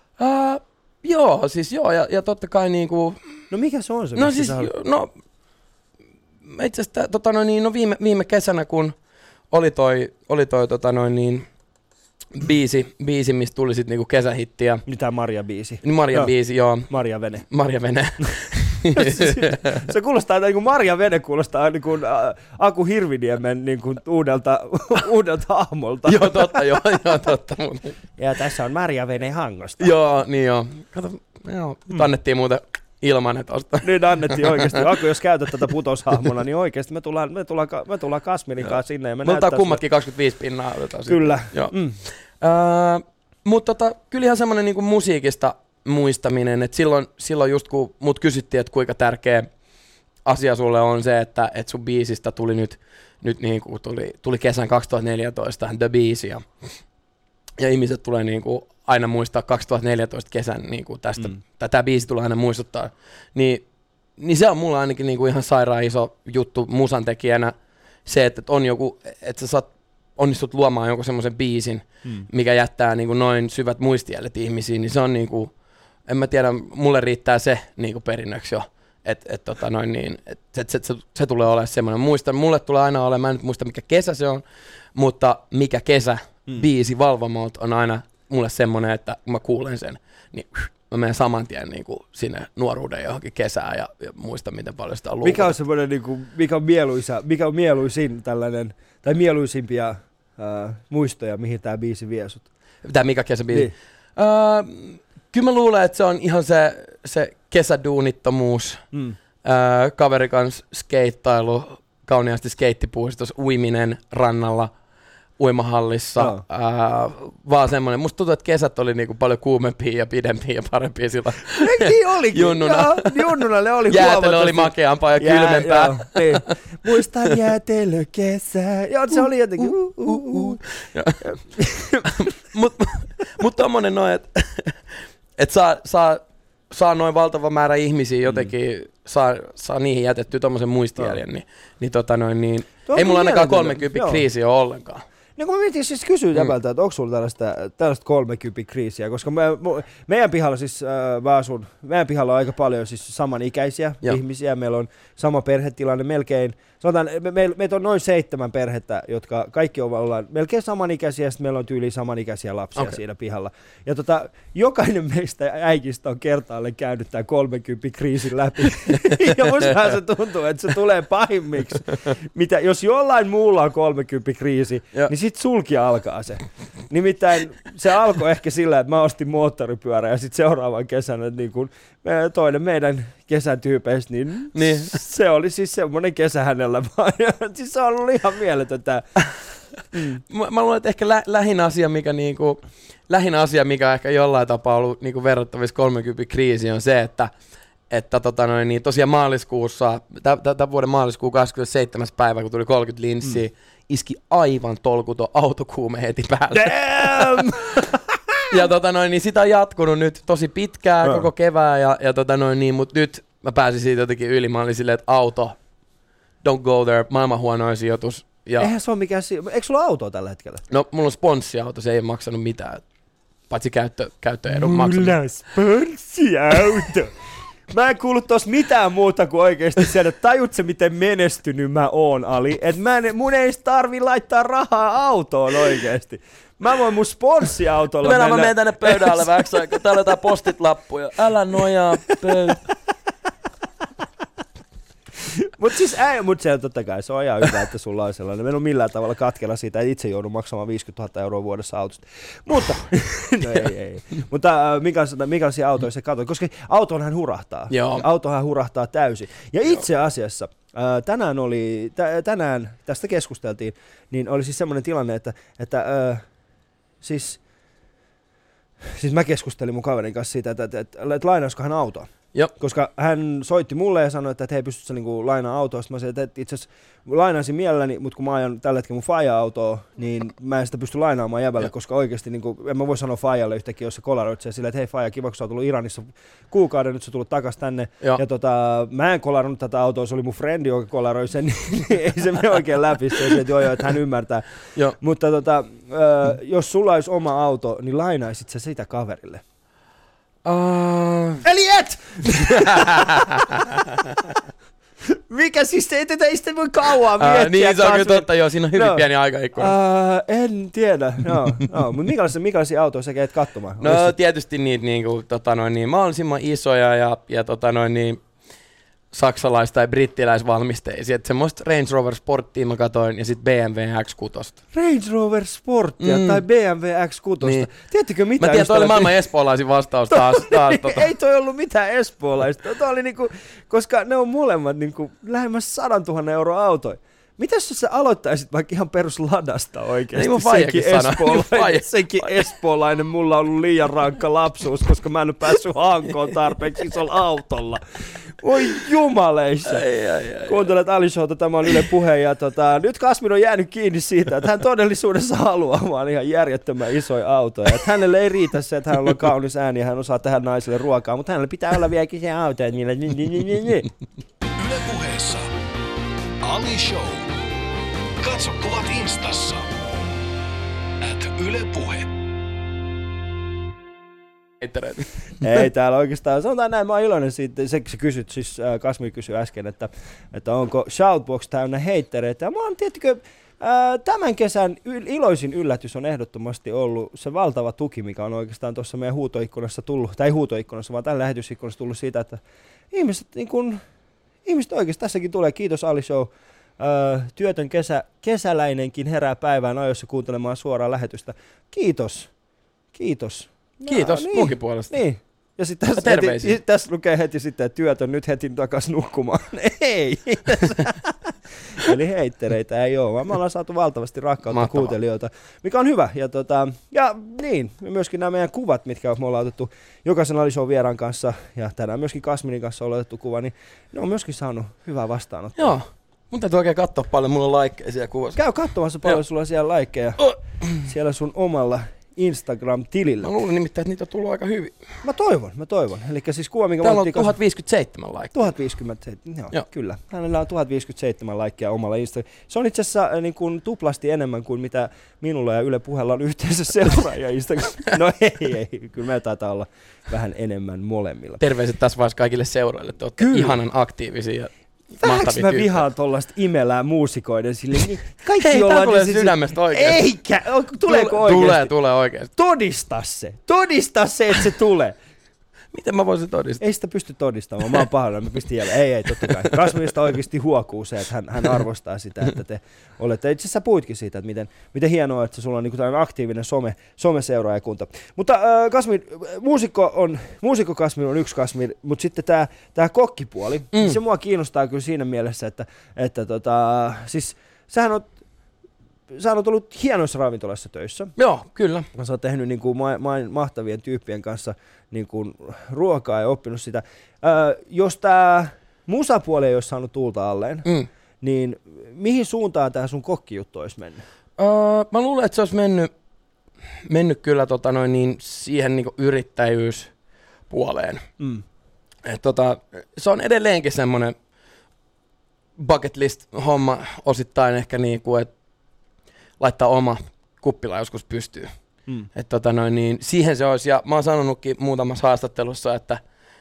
Joo, siis joo, ja totta kai niinku... No mikä se on se? No siis, itse asiassa viime kesänä, kun oli toi biisi, mistä tuli sitten niinku kesähittiä. Niin tää Marja-biisi. Marja-biisi, joo. Marja-vene. Marja-vene. Se kuulostaa, niin kuin Marja Vene kuulostaa niin kuin Aku Hirviniemen niin kuin uudelta hahmolta. Joo, totta. Ja tässä on Marja Vene Hangosta. Joo, niin joo. Kato, nyt annettiin muuten ilmanen tosta. Nyt annettiin oikeasti. Aku, jos käytät tätä putoshahmona, niin oikeasti me tullaan Kasmirin kanssa sinne. Ja me otetaan kummatkin 25 pinnaa. Kyllä. Joo. Mutta kyllä ihan semmoinen niinku musiikista muistaminen, että silloin just kun mut kysyttiin, että kuinka tärkeä asia sulle on se, että sun biisistä tuli nyt niinku tuli kesän 2014 The biisi ja ihmiset tulee niinku aina muistaa 2014 kesän niinku tästä, tai tämä biisi tulee aina muistuttaa, niin se on mulla ainakin niinku ihan sairaan iso juttu musantekijänä se, että on joku, että sä onnistut luomaan jonkun semmoisen biisin, mikä jättää niinku noin syvät muistijäljet ihmisiin, niin se on niinku, en mä tiedä, mulle riittää se niinku perinnöksi jo, että se tulee olemaan semmoinen. Mulle tulee aina olemaan, mä en nyt muista mikä kesä se on, mutta mikä kesä biisi Valvomolta on aina mulle semmoinen, että kun mä kuulen sen, niin mä menen saman tien niinku sinne nuoruuden johonkin kesään ja muistan, miten paljon sitä on luukutettu. Mikä on semmoinen, niinku, mikä on mieluisin tällainen, tai mieluisimpia muistoja, mihin tämä biisi vie sut? Mikä kesäbiisi? Niin. Kyllä mä luulen, että se on ihan se kesäduunittomuus, kaverin kanssa skeittailu, kauniasti skeittipuistossa, uiminen rannalla, uimahallissa, vaan semmoinen. Musta tuntuu, että kesät oli niinku paljon kuumempia ja pidempiä ja parempia silloin. Nekin olikin. Junnuna ne oli jäätelö oli makeampaa ja kylmempää. Niin. Muistan jäätelökesää. Joo, se oli jotenkin. Mut tommonen noin, että saa noin valtava määrä ihmisiä jotenkin, saa niihin jätettyä tommosen muistijäljen, niin ei mulla ainakaan 30 kriisiä ole ollenkaan. No kun mä mietin siis kysyä jäbältä, että onko sulla tällaista 30 kriisiä, koska meidän pihalla siis meidän pihalla on aika paljon siis samanikäisiä ihmisiä, meillä on sama perhetilanne melkein, sanotaan, meitä on noin 7 perhettä, jotka kaikki ollaan melkein samanikäisiä, ja sitten meillä on tyyliin samanikäisiä lapsia siinä pihalla. Ja jokainen meistä äikistä on kertaalleen käynyt tämän 30 kriisin läpi, ja mustahan se tuntuu, että se tulee pahimmiksi. Jos jollain muulla on 30 kriisi, niin sitten sulki alkaa se. Nimittäin se alkoi ehkä sillä, että mä ostin moottoripyörän ja sitten seuraavan kesänä niin kun toinen meidän kesän tyypeistä, niin se oli siis semmoinen kesä hänellä vaan. Siis se on ollut ihan mieletöntä. Mä luulen, että ehkä lähin asia, mikä ehkä jollain tapaa ollut niin verrattavissa 30 kriisi on se, että tosiaan maaliskuussa, tämän vuoden maaliskuun 27. päivä, kun tuli 30 linssiä, iski aivan tolkuton autokuume heti päälle. Damn! Ja niin sitä on jatkunut nyt tosi pitkään koko kevään, mutta nyt mä pääsin siitä jotenkin yli. Mä olin silleen, että auto, don't go there, maailman huonoin sijoitus. Ja eihän se ole mikään eikö sulla autoa tällä hetkellä? No, mulla on sponssiauto, se ei maksanut mitään, paitsi käyttöedun maksanut. Mulla on sponssiauto! Mä en kuullut tossa mitään muuta kuin oikeesti sen, että tajut se miten menestynyt mä oon, Ali. Et mun ei tarvi laittaa rahaa autoon oikeesti. Mä voin mun sponssiautolla mennä. Mä menen tänne pöydän alle vähäksi aikaa. Täällä on jotain postit-lappuja. Älä nojaa pöydä. Mutta se totta kai, se on ihan hyvä, että sulla on sellainen. Mä en ole millään tavalla katkella siitä, että itse joudun maksamaan 50 000 € vuodessa autosta. Mutta, no ei. Mutta minkälaisia autoja se katsoi? Koska autohan hurahtaa. Joo. Autohan hurahtaa täysin. Ja itse asiassa tänään tästä keskusteltiin, niin oli siis semmoinen tilanne, että siis mä keskustelin mun kaverin kanssa siitä, että lainaisiko hän autoa. Jop. Koska hän soitti mulle ja sanoi, että hei, pystytkö niinku lainaa autoa? Sitten mä sanoin, että itse asiassa lainaisin mielelläni, mutta kun mä ajan tällä hetkellä mun faija-autoa, niin mä en sitä pysty lainaamaan jäbälle, koska oikeasti niinku, en mä voi sanoa faijalle yhtäkkiä, jos se kolaroitsee silleen, että hei faija, kiva, kun sä oot tullut Iranissa kuukauden, nyt sä tullut takas tänne. Ja mä en kolarannut tätä autoa, se oli mun frendi, joka kolaroi sen, niin ei se mene oikein läpi, se että joo, että hän ymmärtää. Mutta jos sulla olisi oma auto, niin lainaisit sä sitä kaverille? Eli et! Mikä siis, ei sitä voi kauan miettiä. Niin se on kyllä totta, joo, siinä on hyvin pieni aikaikkuna. En tiedä, mutta minkälaisia autoja sä käit katsomaan? No tietysti niitä niinku, mahdollisimman isoja ja saksalais- tai brittiläisvalmisteisia. Että semmoista Range Rover Sporttia mä katoin ja sitten BMW X6. Range Rover Sporttia tai BMW X6. Niin. Tiedättekö mitä? Mä tiedän, toi oli maailman espoolaisin vastaus taas. Ei toi ollut mitään espoolaista. Toi oli niinku, koska ne on molemmat niinku lähemmäs 100 000 euroa autoja. Mitäs jos sä aloittaisit vaikka ihan perusladasta oikeesti? Niin sekin espoolainen, mulla on ollut liian rankka lapsuus, koska mä en ole päässyt Hankoon tarpeeksi isolla autolla. Oi jumaleissa. Kuuntelet Ali Showta, tämä on Yle Puhe ja nyt Kasmin on jäänyt kiinni siitä, että hän todellisuudessa haluaa vaan ihan järjettömän isoja autoja. Että hänelle ei riitä se, että hänellä on kaunis ääni ja hän osaa tehdä naiselle ruokaa, mutta hänellä pitää olla vieläkin se auto. Yle Puheessa Ali Show. Katso kuvat Instassa. @YlePuhe. Ei täällä oikeastaan, sanotaan näin, mä oon iloinen siitä, se kysyt, siis Kasmi kysyi äsken, että onko Shoutbox täynnä heittereitä, ja mä oon, tiedätkö, tämän kesän iloisin yllätys on ehdottomasti ollut se valtava tuki, mikä on oikeastaan tuossa meidän huutoikkunassa tullut, tai huutoikkunassa, vaan tämän lähetysikkunassa tullut siitä, että ihmiset oikeasti tässäkin tulee, kiitos Ali Show, työtön kesäläinenkin herää päivään ajoissa kuuntelemaan suoraa lähetystä. Kiitos. Kiitos niin, munkin puolesta. Niin. Ja sitten tässä lukee heti sitten, että työtön nyt heti takaisin nukkumaan. Ei. Eli heittereitä ei ole, vaan me ollaan saatu valtavasti rakkautta kuuntelijoilta, mikä on hyvä. Ja niin, myöskin nämä meidän kuvat, mitkä me ollaan otettu jokaisen Ali Show vieraan kanssa, ja tänään myöskin Kasminin kanssa on otettu kuva, niin ne on myöskin saanut hyvää vastaanottoa. Joo. Mun täytyy oikein katsoa paljon, mulla on laikkeja siellä kuvassa. Käy katsomassa paljon, sulla on siellä laikkeja siellä sun omalla Instagram-tilillä. Mä luulen nimittäin, että niitä on tullut aika hyvin. Mä toivon. Elikkä siis kuva, mikä täällä on 1057 laikkeja. 1057, joo. Kyllä. Hänellä on 1057 laikkeja omalla Instagram. Se on itse asiassa niin kuin tuplasti enemmän kuin mitä minulla ja Yle Puheella on yhteensä seuraajia Instagram. No ei. Kyllä me taitaa olla vähän enemmän molemmilla. Terveiset tässä vaiheessa kaikille seuraajille. Te olette ihanan aktiivisia. Vähäks mä vihaan tollaista imelää muusikoiden sille, niin kaikki hei, ollaan... Hei, tulee sydämestä oikeesti. Eikä, tuleeko oikeesti? Tulee oikeesti. Todista se, että se tulee. Miten mä voisin todistaa? Ei sitä pysty todistamaan, mä oon pahalla, mä pistin jälleen. Ei, totta kai. Kasmista oikeasti huokuu se, että hän arvostaa sitä, että te olette. Itse asiassa puhuitkin siitä, että miten hienoa, että sulla on niin tällainen aktiivinen someseuraajakunta. Mutta Kasmi, muusikko Kasmi on yksi Kasmi, mutta sitten tämä kokkipuoli, se mua kiinnostaa kyllä siinä mielessä, että siis sähän oot ollut hienoissa ravintolassa töissä. Joo, kyllä. Sä oot tehnyt niin kuin mahtavien tyyppien kanssa niin kuin ruokaa ja oppinut sitä. Jos tää musapuoli ei olisi saanut tuulta alleen, niin mihin suuntaan tää sun kokkijuttu olisi mennyt? Mä luulen, että se olisi mennyt kyllä siihen niin kuin yrittäjyyspuoleen. Se on edelleenkin semmoinen bucket list homma osittain ehkä niin kuin, että laittaa oma kuppila joskus pystyy. Siihen se olisi, ja mä oon sanonutkin muutamassa haastattelussa, että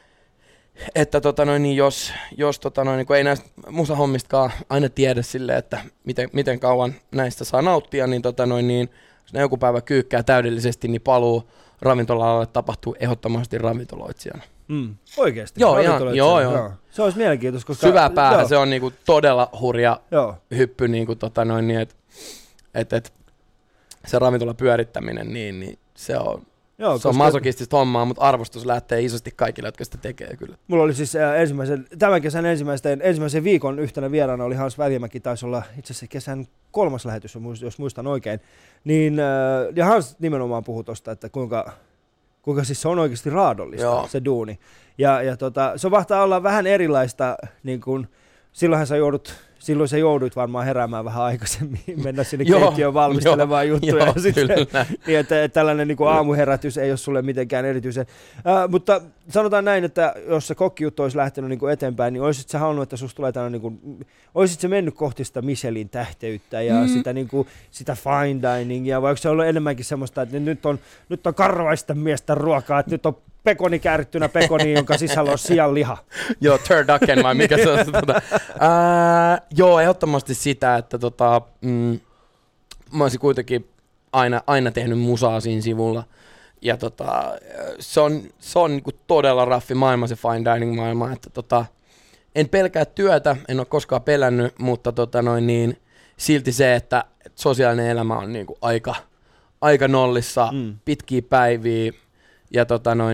jos kun ei näistä musahommistakaan aina tiedä silleen, että miten kauan näistä saa nauttia, niin jos ne joku päivä kyykkää täydellisesti, niin paluu ravintola-alalle tapahtuu ehdottomasti ravintoloitsijana. Oikeesti? Joo. Se olisi mielenkiintoista, koska... Syvää päähän se on niinku todella hurja hyppy, niinku että se ravintola pyörittäminen, niin se on masokistista hommaa, mutta arvostus lähtee isosti kaikille, jotka sitä tekee kyllä. Mulla oli siis tämän kesän ensimmäisen viikon yhtenä vieraana oli Hans Välimäki, taisi olla itse asiassa kesän 3. lähetys, jos muistan oikein. Ja Hans nimenomaan puhui tuosta, että kuinka siis se on oikeasti raadollista se duuni. Ja se vahtaa olla vähän erilaista, niin kuin, silloin sä jouduit varmaan heräämään vähän aikaisemmin, mennä sinne keittiöön valmistelemaan juttuja. Niin, että tällainen niin kuin aamuherätys ei ole sulle mitenkään erityisen. Mutta sanotaan näin, että jos se kokkijuttu olisi lähtenyt niin kuin eteenpäin, niin olisit sä halunnut, että susta tulee tällainen, niin kuin, olisit sä mennyt kohti sitä Michelin tähteyttä ja sitä, niin kuin, sitä fine diningia, vai onko se ollut enemmänkin semmoista, että nyt on karvaista miestä ruokaa, että nyt on pekoni käärittynä pekoni, jonka sisällä on sianliha. Joo, turducken vai mikä se on? Joo, ehdottomasti sitä, että mä olisin kuitenkin aina tehnyt musaa siinä sivulla. Ja se on niinku todella raffi maailma, se fine dining maailma, että en pelkää työtä, en ole koskaan pelännyt, mutta silti se, että sosiaalinen elämä on niinku aika nollissa, pitkiä päiviä ja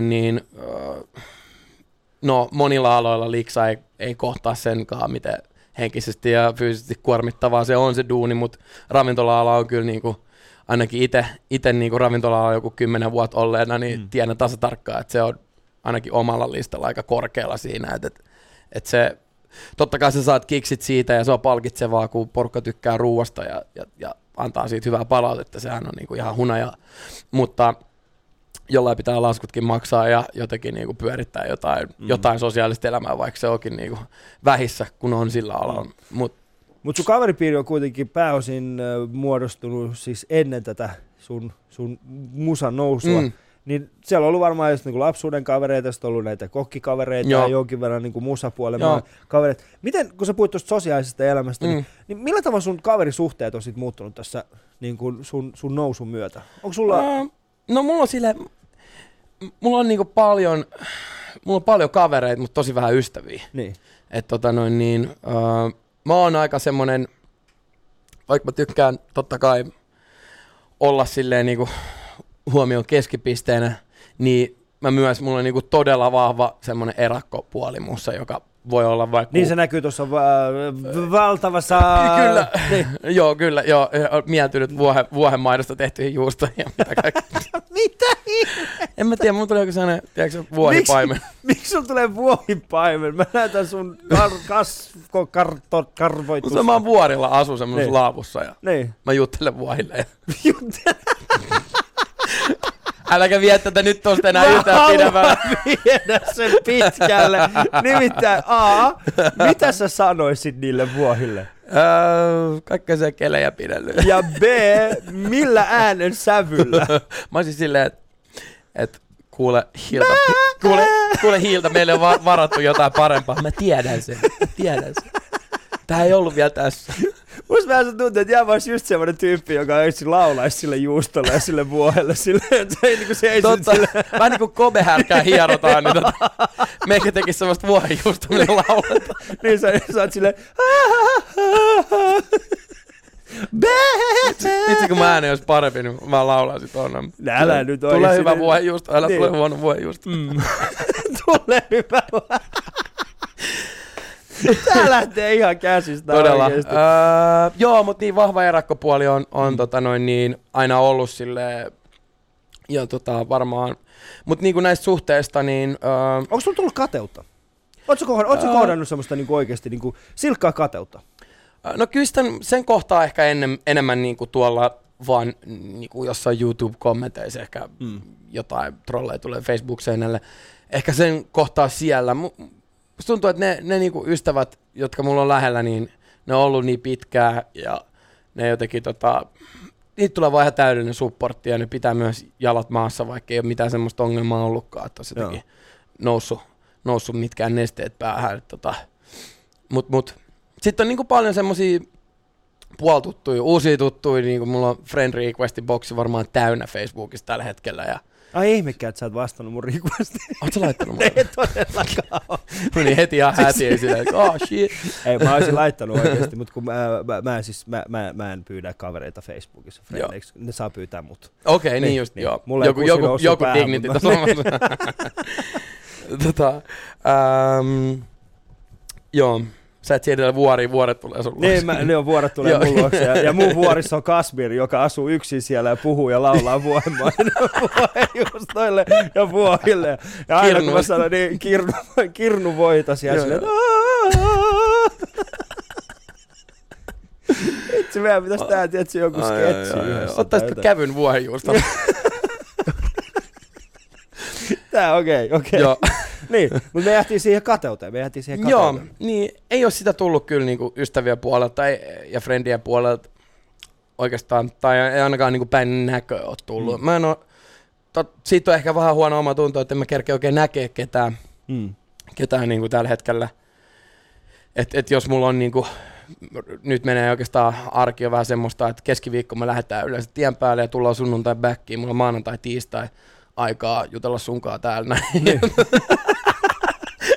monilla aloilla liksa ei kohtaa senkaan, miten henkisesti ja fyysisesti kuormittavaa se on se duuni, mutta ravintola-ala on kyllä niinku, ainakin itse niinku ravintola-ala joku 10 vuotta olleena, niin tiedän tasatarkkaan, että se on ainakin omalla listalla aika korkealla siinä, että se, totta kai sä saat kiksit siitä ja se on palkitsevaa, kun porukka tykkää ruuasta ja antaa siitä hyvää palautetta, sehän on niinku ihan hunaja, mutta jollain pitää laskutkin maksaa ja jotenkin niinku pyörittää jotain sosiaalista elämää, vaikka se onkin niinku vähissä, kun on sillä alalla. Mutta sun kaveripiiri on kuitenkin pääosin muodostunut siis ennen tätä sun musan nousua. Niin siellä on ollut varmaan just niinku lapsuuden kavereita, sitten on ollut näitä kokkikavereita ja jonkin verran niinku musapuolen kavereita. Miten, kun sä puhuit tuosta sosiaalisesta elämästä, niin millä tavalla sun kaverisuhteet on sit muuttunut tässä niinku sun nousun myötä? Onko sulla... No mulla on niinku paljon kavereita, mutta tosi vähän ystäviä. Niin. Että mä oon aika semmonen, vaikka mä tykkään totta kai olla silleen niinku huomion keskipisteenä, niin mulla on niinku todella vahva semmonen erakkopuoli mussa, joka voi olla vaikka... Niin se näkyy tuossa valtavassa... Kyllä, joo, mieltynyt vuohenmaidosta tehtyihin juustoihin. Mitä? En mä tiedä, mun tulee joku sellainen, tiedätkö, vuohipaimen. Miksi sulla tulee vuohipaimen? Mä näytän sun karvoitus. Mä oon vuorilla asun semmoisessa laavussa ja mä juttelen vuohille. Äläkä vie tätä nyt tosta enää yhtään pidemmällä. Viedä sen pitkälle. Nimittäin mitä sä sanoisit niille vuohille? Kaikkea se kelejä pidellyt. Ja B, millä äänen sävyllä? Mä olisin silleen, että kuule hiiltä, meille on varattu jotain parempaa. Mä tiedän sen. Tää ei ollut vielä tässä. Musta vähän se tuntuu, että Jäävä olisi just semmoinen tyyppi, joka ensin laulaisi sille juustolle ja sille vuohelle. Se ei niinku seisit sille. Vähän niin kuin kobehärkää hierotaan, niin meikä tekisi semmoista vuohenjuusta, millä lauletaan. Niin sä oot silleen... Itse kun mä ääni olisi parempi, niin mä laulaisin tuonne. Älä nyt oikein. Tulee hyvä vuohenjuusto, älä tule huono vuohenjuusto. Tulee hyvä Tää lähtee ihan käsistä. Todella. Joo, mutta niin vahva erakkopuoli on aina ollut silleen, ja varmaan, mutta niin kuin näistä suhteista, niin... Onko sulla tullut kateutta? Ootko kohdannut semmoista niinku oikeasti niinku silkkaa kateutta? No kyllä sen kohtaa ehkä enemmän niinku tuolla vaan niinku jossain YouTube-kommenteissa ehkä jotain trolleja tulee Facebook-seinälle. Ehkä sen kohtaa siellä. Musta tuntuu, että ne niinku ystävät, jotka mulla on lähellä, niin ne on ollut niin pitkään ja ne jotenkin niitä tulee vaan ihan täydellinen supportti ja ne pitää myös jalat maassa, vaikka ei ole mitään semmoista ongelmaa ollutkaan, että olisi jotenkin noussut mitkään nesteet päähän. Mut sitten on niinku paljon semmosia puoltuttuja, uusia tuttuja, niinku mulla on friend requestin boksi varmaan täynnä Facebookissa tällä hetkellä. Ja ai ihmekään, että sä et vastannut mun requestiin. Oot sä laittanut mun? Ei todellakaan ole. No niin heti ihan hätiin silleen, että shit. Ei, mä olisin laittanut oikeesti, mutta kun mä en pyydä kavereita Facebookissa frendeiksi, ne saa pyytää mut. Okei, niin just, joo. Joku dignity tässä joo. Sä et siedellä vuoret tulee sun luokse. Niin, vuoret tulee mun luokse. Ja mun vuorissa on Kasmir, joka asuu yksin siellä ja puhuu ja laulaa vuohenmainen vuohenjuustoille ja vuohille. Ja aina kun mä sanon, niin kirnu voita siellä silleen. Itse meidän pitäisi tehdä tietysti joku sketsi yhdessä. Ottaisitko kävyn vuohenjuusta? Tää okei. Joo. Niin, mutta me jäätiin siihen kateuteen. Joo, niin ei ole sitä tullut kyllä niinku ystävien puolelta ja friendien puolelta oikeastaan, tai ei ainakaan niinku päin näköä ole tullut. Mä en siitä on ehkä vähän huono oma tunto, että en mä kerkeä oikein näkee ketään niinku tällä hetkellä. Et jos mulla on niinku, nyt menee oikeastaan arki vähän semmoista, että keskiviikko me lähdetään yleensä tien päälle ja tullaan sunnuntai backiin, mulla on maanantai, tiistai aikaa jutella sunkaan täällä näin. Niin.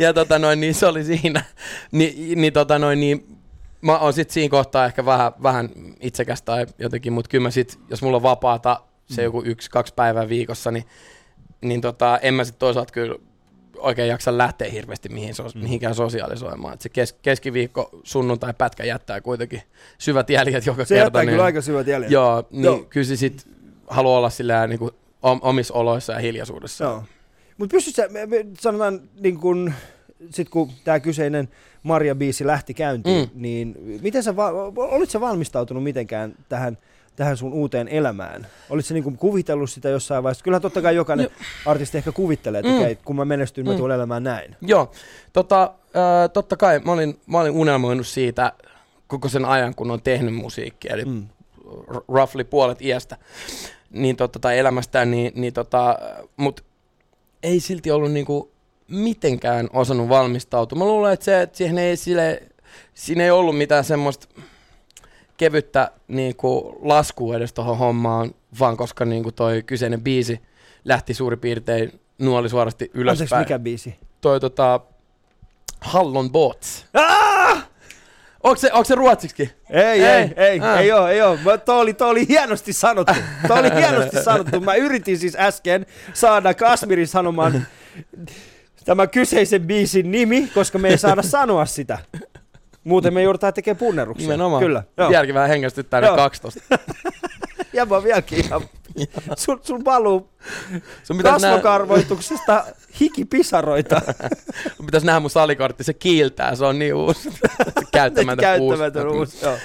niin se oli siinä. Niin mä oon sit siinä kohtaa ehkä vähän itsekäs tai jotenkin, mutta kyllä mä sit, jos mulla on vapaata se joku 1-2 päivää viikossa, niin en mä sit toisaalta kyllä oikein jaksa lähteä hirveästi mihinkään sosiaalisoimaan. Et se keskiviikko sunnuntai pätkä jättää kuitenkin syvät jäljet joka kerta. Se jättää kyllä aika syvät jäljet. Joo, niin kyllä se sit haluaa olla sillä niin kuin omissa oloissa ja hiljaisuudessa. Joo. Mutta pystytkö sanotaan, niin kun, sit kun tämä kyseinen Marja-biisi lähti käyntiin, niin miten olitko sä valmistautunut mitenkään tähän sun uuteen elämään? Olitko sä niin kuvitellut sitä jossain vaiheessa? Kyllähän totta kai jokainen artisti ehkä kuvittelee, että okei, kun mä menestyn, mä tulen elämään näin. Joo, totta kai mä olin unelmoinut siitä koko sen ajan, kun on tehnyt musiikkia, eli roughly puolet iästä tai elämästään, mutta ei silti ollut niinku mitenkään osannut valmistautua. Mä luulen, että siinä ei ollut mitään semmoista kevyttä niinku laskua edes tohon hommaan, vaan koska niinku toi kyseinen biisi lähti suurin piirtein nuoli suorasti ylöspäin. Anteeksi, mikä biisi? Toi Hallon Båt. Onko se ruotsiksikin? Ei oo. Toi oli hienosti sanottu. Mä yritin siis äsken saada Kasmirin sanomaan tämän kyseisen biisin nimi, koska me ei saada sanoa sitä. Muuten me joudutaan tekemään punneruksia. Nimenomaan. Kyllä. Vieläkin vähän hengästyttää ne 12. Ja mä vieläkin ihan... Sun valuu kasvokarvoituksesta hikipisaroita. Pitäis nähdä mun salikortti, se kiiltää, se on niin uusi. Käyttämätön uusi. Joo.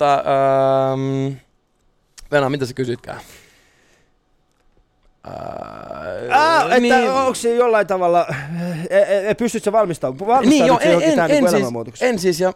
Venä, mitä sä kysytkään? Että onko se jollain tavalla, pystytkö sä valmistautumaan johonkin tähän elämänmuutokseen? En siis, ja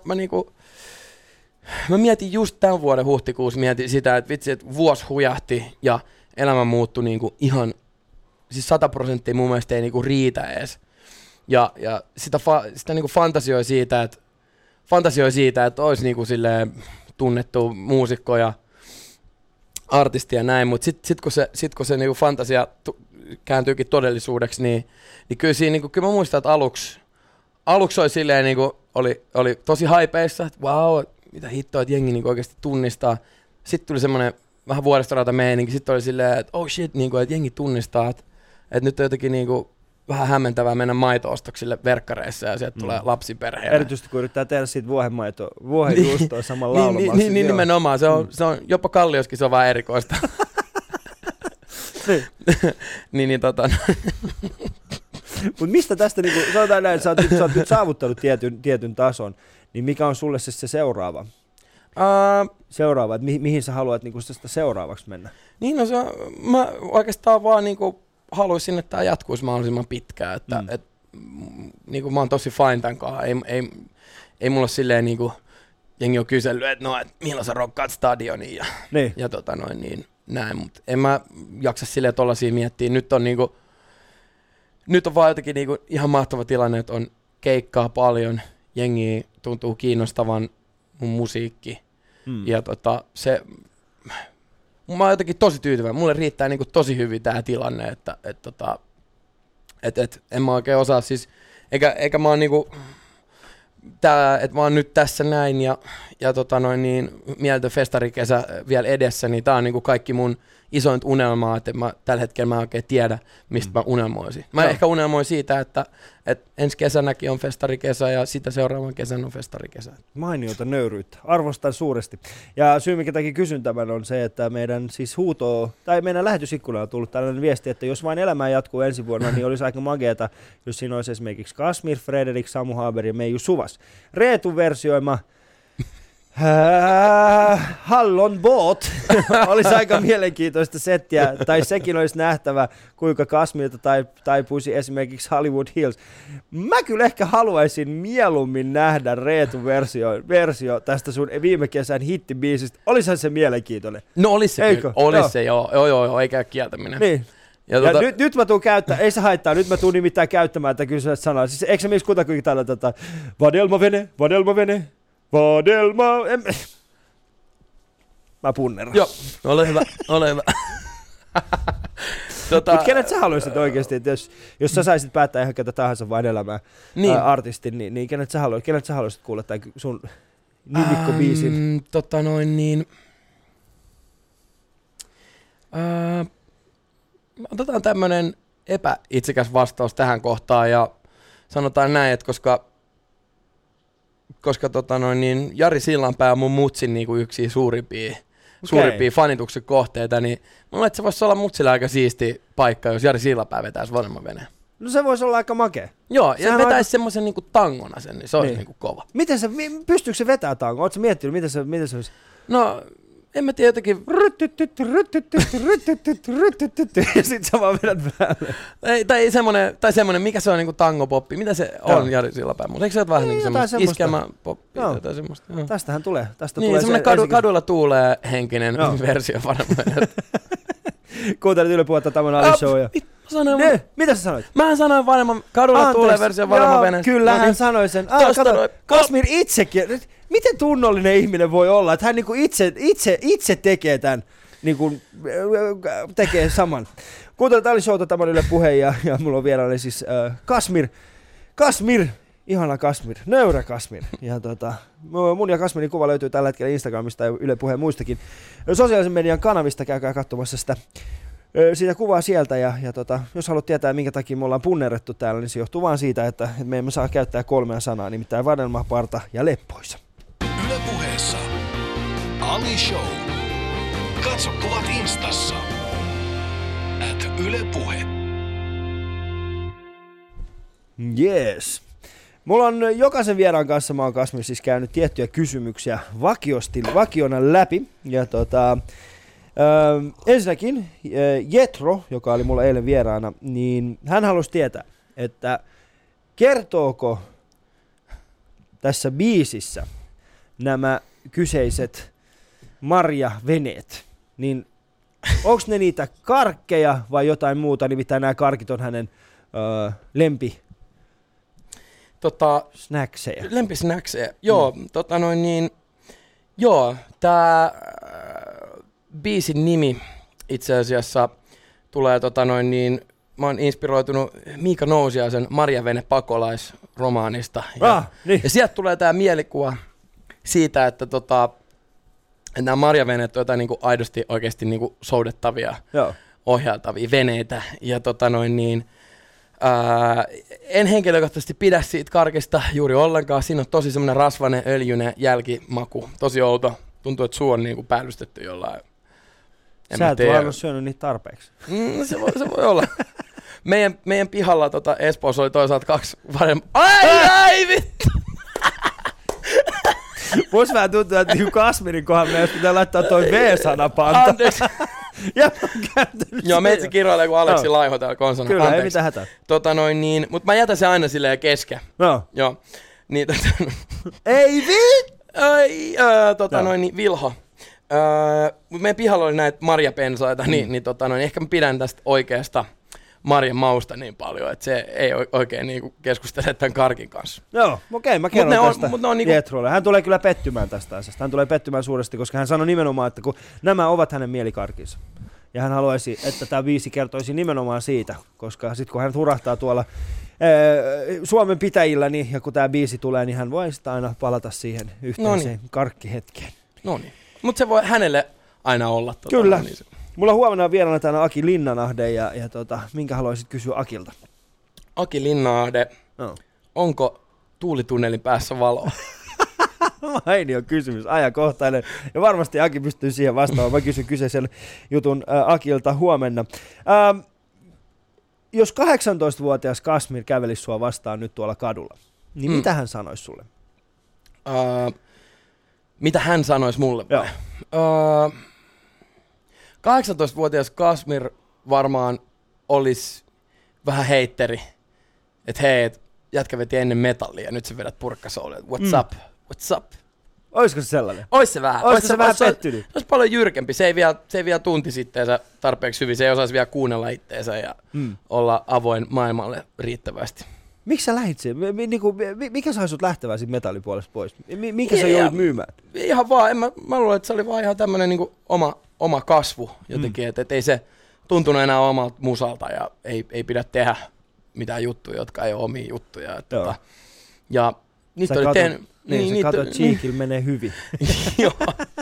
mä mietin just tämän vuoden huhtikuussa, mietin sitä, että vitsi, että vuosi hujahti ja elämä muuttui niinku ihan, siis 100% mun mielestä ei niinku riitä edes. Ja sitä niinku fantasioi siitä, että olisi niinku silleen tunnettu muusikko ja artisti ja näin, mutta sit kun se niinku fantasia kääntyykin todellisuudeksi, niin kyllä siinä niinku, kyllä mä muistan, että aluksi oli silleen niinku, oli tosi haipeissa, että wow, mitä hittoa, että jengi niinku oikeasti tunnistaa. Sitten tuli semmoinen vähän vuodestorata meininki, sitten oli silleen, että oh shit, niinku, että jengi tunnistaa, että nyt on jotenkin niinku vähän hämmentävää mennä maito-ostoksille verkkareissa ja sieltä tulee lapsiperheenä. Erityisesti kun yrittää tehdä siitä vuohenjuustoa samalla laulamaksi. Niin nimenomaan, se on jopa Kallioskin, se on vähän erikoista. Mutta mistä tästä, niin sanotaan näin, sä oot nyt saavuttanut tietyn tason, niin mikä on sulle se seuraava? Seuraava, että mihin sä haluat niin sitä seuraavaksi mennä? Niin, no mä oikeastaan vaan niinku haluaisin, että tämä jatkuisi mahdollisimman pitkään, että niinku mä oon tosi fine tämän kanssa, ei mulla silleen niinku, jengi on kysellyt, että no, et milloin sä rokkaat stadioniin ja näin, mutta en mä jaksa silleen tollasia miettiä, nyt on vaan jotenkin niinku ihan mahtava tilanne, että on keikkaa paljon, jengi tuntuu kiinnostavan mun musiikki ja mä oon jotenkin tosi tyytyväinen. Mulle riittää niinku tosi hyvin tää tilanne, että en mä oikein osaa siis, eikä mä oon niinku, että mä oon nyt tässä näin ja mieletön festarikesä vielä edessä, niin tää on niinku kaikki mun isointa unelmaa, että tällä hetkellä mä en oikein tiedä, mistä mä unelmoisin. Mä ehkä unelmoin siitä, että ensi kesänäkin on festarikesä ja sitä seuraavan kesän on festarikesä. Mainiota nöyryyttä. Arvostan suuresti. Ja syy, minkä takia kysyn tämän, on se, että meidän siis meidän lähetysikkunaan on tullut tällainen viesti, että jos vain elämä jatkuu ensi vuonna, niin olisi aika mageeta, jos siinä olisi esimerkiksi Kasmir, Frederik, Samu Haber ja Meiju Suvas. Reetun versioima Hallon Båt olisi aika mielenkiintoista settiä, tai sekin olisi nähtävä, kuinka Kasmilta taipuisi esimerkiksi Hollywood Hills. Mä kyllä ehkä haluaisin mieluummin nähdä Reetun versio tästä sun viime kesän hittibiisistä. Olisihan se mielenkiintoinen. No olisi se kyllä, olisi se, joo, eikä kieltäminen. Niin. Ja nyt mä tuun käyttämään, ei se haittaa, nyt mä tuun nimittäin käyttämään tätä kyseistä sanaa. Siis eikö se miksi kutakuinkin tällä vadelmavene. Mä punneran. Joo, ole hyvä. Mutta kenet sä haluaisit oikeasti, että jos sä saisit päättää ihan ketä tahansa vaan elämää artistin, niin kenet sä haluaisit kuulla tai sun nimikkobiisin? Otetaan tämmönen epäitsekäs vastaus tähän kohtaan ja sanotaan näin, että koska Jari Sillanpää on mun mutsin niinku yksi suurimpia fanituksen kohteita, niin mä luulen, että se voisi olla mutsille aika siisti paikka, jos Jari Sillanpää vetäisi vanhemman veneen. No se voisi olla aika makea. Joo, ja vetäisi semmoisen niinku tangona sen, niin se olisi niinku kova. Pystyykö se vetää tangoa? Ootko sä miettinyt, miten se olisi? No, en mä tiedä jotenkin... Ja sit sä vaan vedät päälle. Tai semmonen, mikä se on niinku tangopoppi? Mitä se on Jari Sillanpää? Eikö se ole vähän niinku semmoista iskelmäpoppi? Jotain semmoista. Tästähän tulee. Niin, semmonen kadulla tuulee henkinen versio varmaan. Kuuntelit Yle Puhetta, tämä on Ali Show. Mitä sä sanoit? Mä sanoin varmaan, kadulla tuulee versio varmaan veneestä. Kyllä, hän sanoi sen. Kato, Kasmir itsekin. Miten tunnollinen ihminen voi olla, että hän niinku itse tekee tämän, niinku, tekee saman. Kuuntelit Ali Showta, tämä on Yle Puhe ja mulla on vieraana siis Kasmir, ihana Kasmir, nöyrä Kasmir. Ja mun ja Kasmirin kuva löytyy tällä hetkellä Instagramista ja Yle Puheen muistakin sosiaalisen median kanavista, käykää katsomassa sitä kuvaa sieltä ja jos haluat tietää, minkä takia me ollaan punnerrettu täällä, niin se johtuu vaan siitä, että me emme saa käyttää 3 sanaa, nimittäin vadelma, parta ja leppoisa. Yle Puheessa Ali Show. Katso kuvat Instassa. @Yle Puhe. Yes. Mulla on jokaisen vieraan kanssa, mä oon Kasmir siis käynyt tiettyjä kysymyksiä vakiona läpi. Ja ensinnäkin Jetro, joka oli mulla eilen vieraana, niin hän halusi tietää, että kertooko tässä biisissä nämä kyseiset marjaveneet, niin onko ne niitä karkkeja vai jotain muuta, nimittäin nämä karkit on hänen snackseja. Lempisnackseja. Joo, tää biisin nimi itse asiassa tulee mä oon inspiroitunut Miika Nousiaisen Marjavene pakolaisromaanista. Niin. Ja sieltä tulee tää mielikuva siitä, että nämä marjaveneet on jotain niinku aidosti oikeasti niinku soudettavia, ohjailtavia veneitä. Ja en henkilökohtaisesti pidä siitä karkista juuri ollenkaan. Siinä on tosi semmoinen rasvainen, öljyinen jälkimaku. Tosi outo. Tuntuu, että suu on niinku päällystetty jollain. Sä et vaan ole syönyt niitä tarpeeksi. Se voi olla. Meidän pihalla Espoossa oli toisaalta 2 varmaan. Ai vittu! Musta vähän tuntuu, että Kasmirin kohdalla meidän pitää laittaa toi V-sanapanta. Anteeksi. Joo, meitä kirjoilee kuin Aleksi Laiho täällä konsana. Kyllä, anteeksi. Ei mitään hätää. Mutta mä jätän sen aina silleen kesken. No. Joo. Niin, ei Vilho. Meidän pihalla oli näitä marjapensaita, niin ehkä mä pidän tästä oikeasta marjan mausta niin paljon, että se ei oikein niinku keskustele tämän karkin kanssa. Joo, okei, mä kerron tästä Jetrolle. Hän tulee kyllä pettymään tästä asiasta. Hän tulee pettymään suuresti, koska hän sanoi nimenomaan, että kun nämä ovat hänen mielikarkinsa. Ja hän haluaisi, että tämä biisi kertoisi nimenomaan siitä, koska sitten kun hän hurahtaa tuolla Suomen pitäjillä, niin, ja kun tämä biisi tulee, niin hän voi sitä aina palata siihen yhteiseen karkkihetkeen. No niin, mutta se voi hänelle aina olla. Kyllä. Niin mulla huomenna vieraana täällä Aki Linnanahde, ja minkä haluaisit kysyä Akilta? Aki Linnanahde, onko tuulitunnelin päässä valoa? Mainio kysymys, ajankohtainen. Ja varmasti Aki pystyy siihen vastaamaan. Mä kysyn kyseisen jutun Akilta huomenna. Jos 18-vuotias Kasmir kävelisi sua vastaan nyt tuolla kadulla, niin mitä hän sanoisi sulle? Mitä hän sanoisi mulle? 18-vuotias Kasmir varmaan olisi vähän heitteri. Että hei, jätkä veti ennen metallia, nyt sä vedät purkkasoulia. What's up? Olisiko se sellainen? Ois se vähän. Ois se vähän pettynyt? Se olisi paljon jyrkempi. Se ei vielä tunti itteensä tarpeeksi hyvin. Se ei osaisi vielä kuunnella itteensä ja olla avoin maailmalle riittävästi. Miksi sä lähit siihen? Mikä sai sut lähtevää siitä metallipuolesta pois? Mikä sä joudut myymään? Ihan vaan. Mä luulen, että se oli vaan ihan tämmönen niinku oma kasvu jotenkin. Että ei se tuntunut enää omalta musalta ja ei pidä tehdä mitään juttuja, jotka ei ole omia juttuja. Ja niitä oli tehnyt... Niin, sä katsot, että Cheekillä menee hyvin. Joo.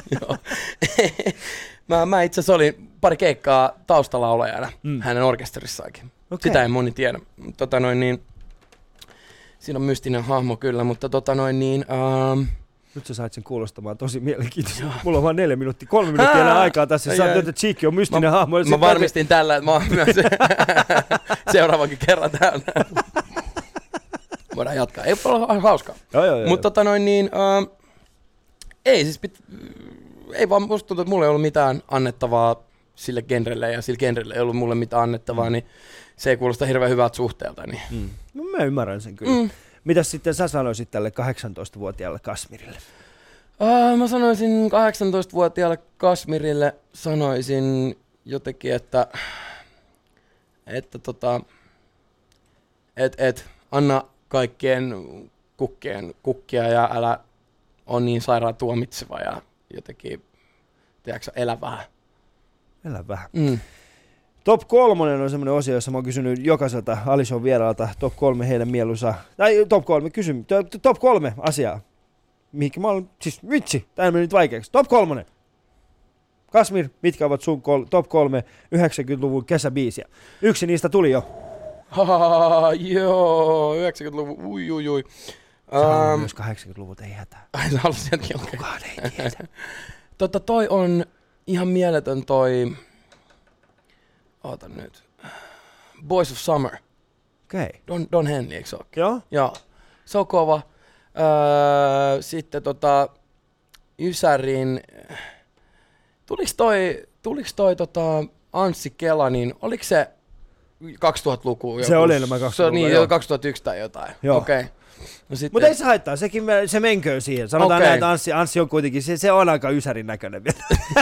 Mä itse asiassa olin pari keikkaa taustalaulajana hänen orkesterissaankin. Okay. Sitä ei moni tiedä. Siinä on mystinen hahmo kyllä, mutta Nyt sä sait sen kuulostamaan tosi mielenkiintoista. Mulla on vaan 4 minuuttia, 3 minuuttia enää aikaa tässä. Sä että Cheekki on mystinen hahmo. Mä varmistin tällä, että mä oon myös seuraavankin kerran täällä. Voidaan jatkaa. Ei ole hauskaa. Mutta ei siis ei vaan musta tuntuu, että mulla ei ollut mitään annettavaa sille genrelle ja sille genrelle ei ollut mulle mitään annettavaa, niin se ei kuulosta hirveän hyvältä suhteelta. Niin. No, mä ymmärrän sen kyllä. Mitäs sitten sä sanoisit tälle 18-vuotiaalle Kasmirille? Mä sanoisin 18-vuotiaalle Kasmirille, sanoisin jotenkin, että anna kaikkien kukkien kukkia ja älä on niin sairaan tuomitseva ja jotenkin, tiedätkö, elä vähän. Elä vähän. Top 3 on semmoinen osio, jossa mä oon kysynyt jokaiselta Ali Show vieraalta top 3 heidän mieluisa, tai top 3 asiaa. Mihinkä mä oon, siis vitsi, tää meni nyt vaikeaksi. Top 3. Kasmir, mitkä ovat sun top 3 90-luvun kesäbiisiä? Yksi niistä tuli jo. Joo, 90-luvun, ui. Sä myös 80-luvut, ei hätää. Ai sä haluat sieltäkin, okei. Kukaan ei tiedä. Toi on ihan mieletön toi, oota nyt, Boys of Summer. Okei. Don Henley, eikö se ole? Joo? Joo, se on kova. Sitten Ysärin, tuliks toi Anssi Kela, niin oliko se 2000-luku? Se oli enemmän 2000-luku, niin, joo. 2001 tai jotain. Joo. Okei. No mutta ei se haittaa, se menköön siihen. Sanotaan näin, että Anssi on kuitenkin, se on aika Ysärin näköinen vielä.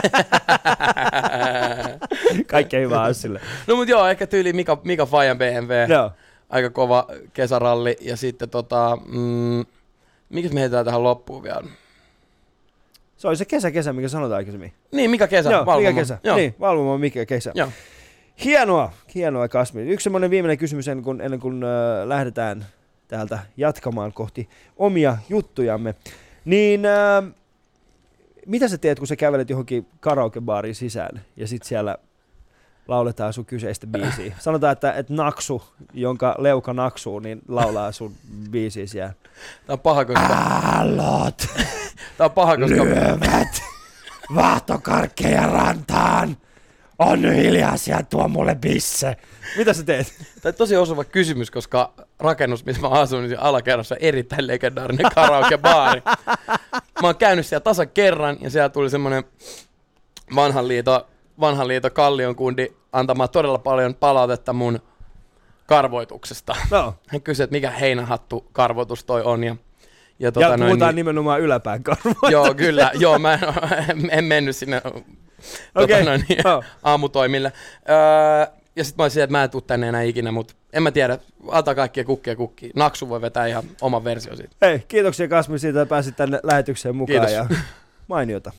Kaikkea hyvää Anssille. No mut joo, ehkä tyyli Mika Fajan BMW. Joo. Aika kova kesäralli. Ja sitten mikäs me heitetään tähän loppuun vielä? Se oli se kesä, mikä sanotaan aikaisemmin. Niin, mikä kesä? Joo, Valvoma. mikä kesä. Joo. Niin, Valvoma mikä kesä. Joo. Hienoa Kasmir. Yksi semmoinen viimeinen kysymys ennen kuin lähdetään täältä jatkamaan kohti omia juttujamme. Niin mitä sä teet, kun sä kävelet johonkin karaokebaariin sisään ja sit siellä lauletaan sun kyseistä biisiä? Sanotaan, että Naksu, jonka leuka naksuu, niin laulaa sun biisiä siellä. Tää on paha, koska... Aallot! Tää on paha, koska... Lyövät! Vaahtokarkkeja rantaan! On nyt hiljaisia, tuo mulle bisse. Mitä sä teet? Tämä on tosi osuva kysymys, koska rakennus, missä mä asun, niin alakerrassa on erittäin legendaarinen karaokebaari. Mä oon käynyt siellä tasan kerran ja siellä tuli semmonen vanhan liiton Kallion kundi antamaan todella paljon palautetta mun karvoituksesta. No. Hän kysyi, että mikä heinähattu karvoitus toi on. Ja puhutaan nimenomaan yläpään karvoituksesta. Joo, kyllä. Joo, mä en mennyt sinne aamutoimille. Ja sit mä olisin, että mä en tuu tänne enää ikinä, mutta en mä tiedä, antaa kaikkia kukkia. Naksu voi vetää ihan oman versio siitä. Hei, kiitoksia Kasmi siitä, että pääsit tänne lähetykseen mukaan. Kiitos. Ja mainiota.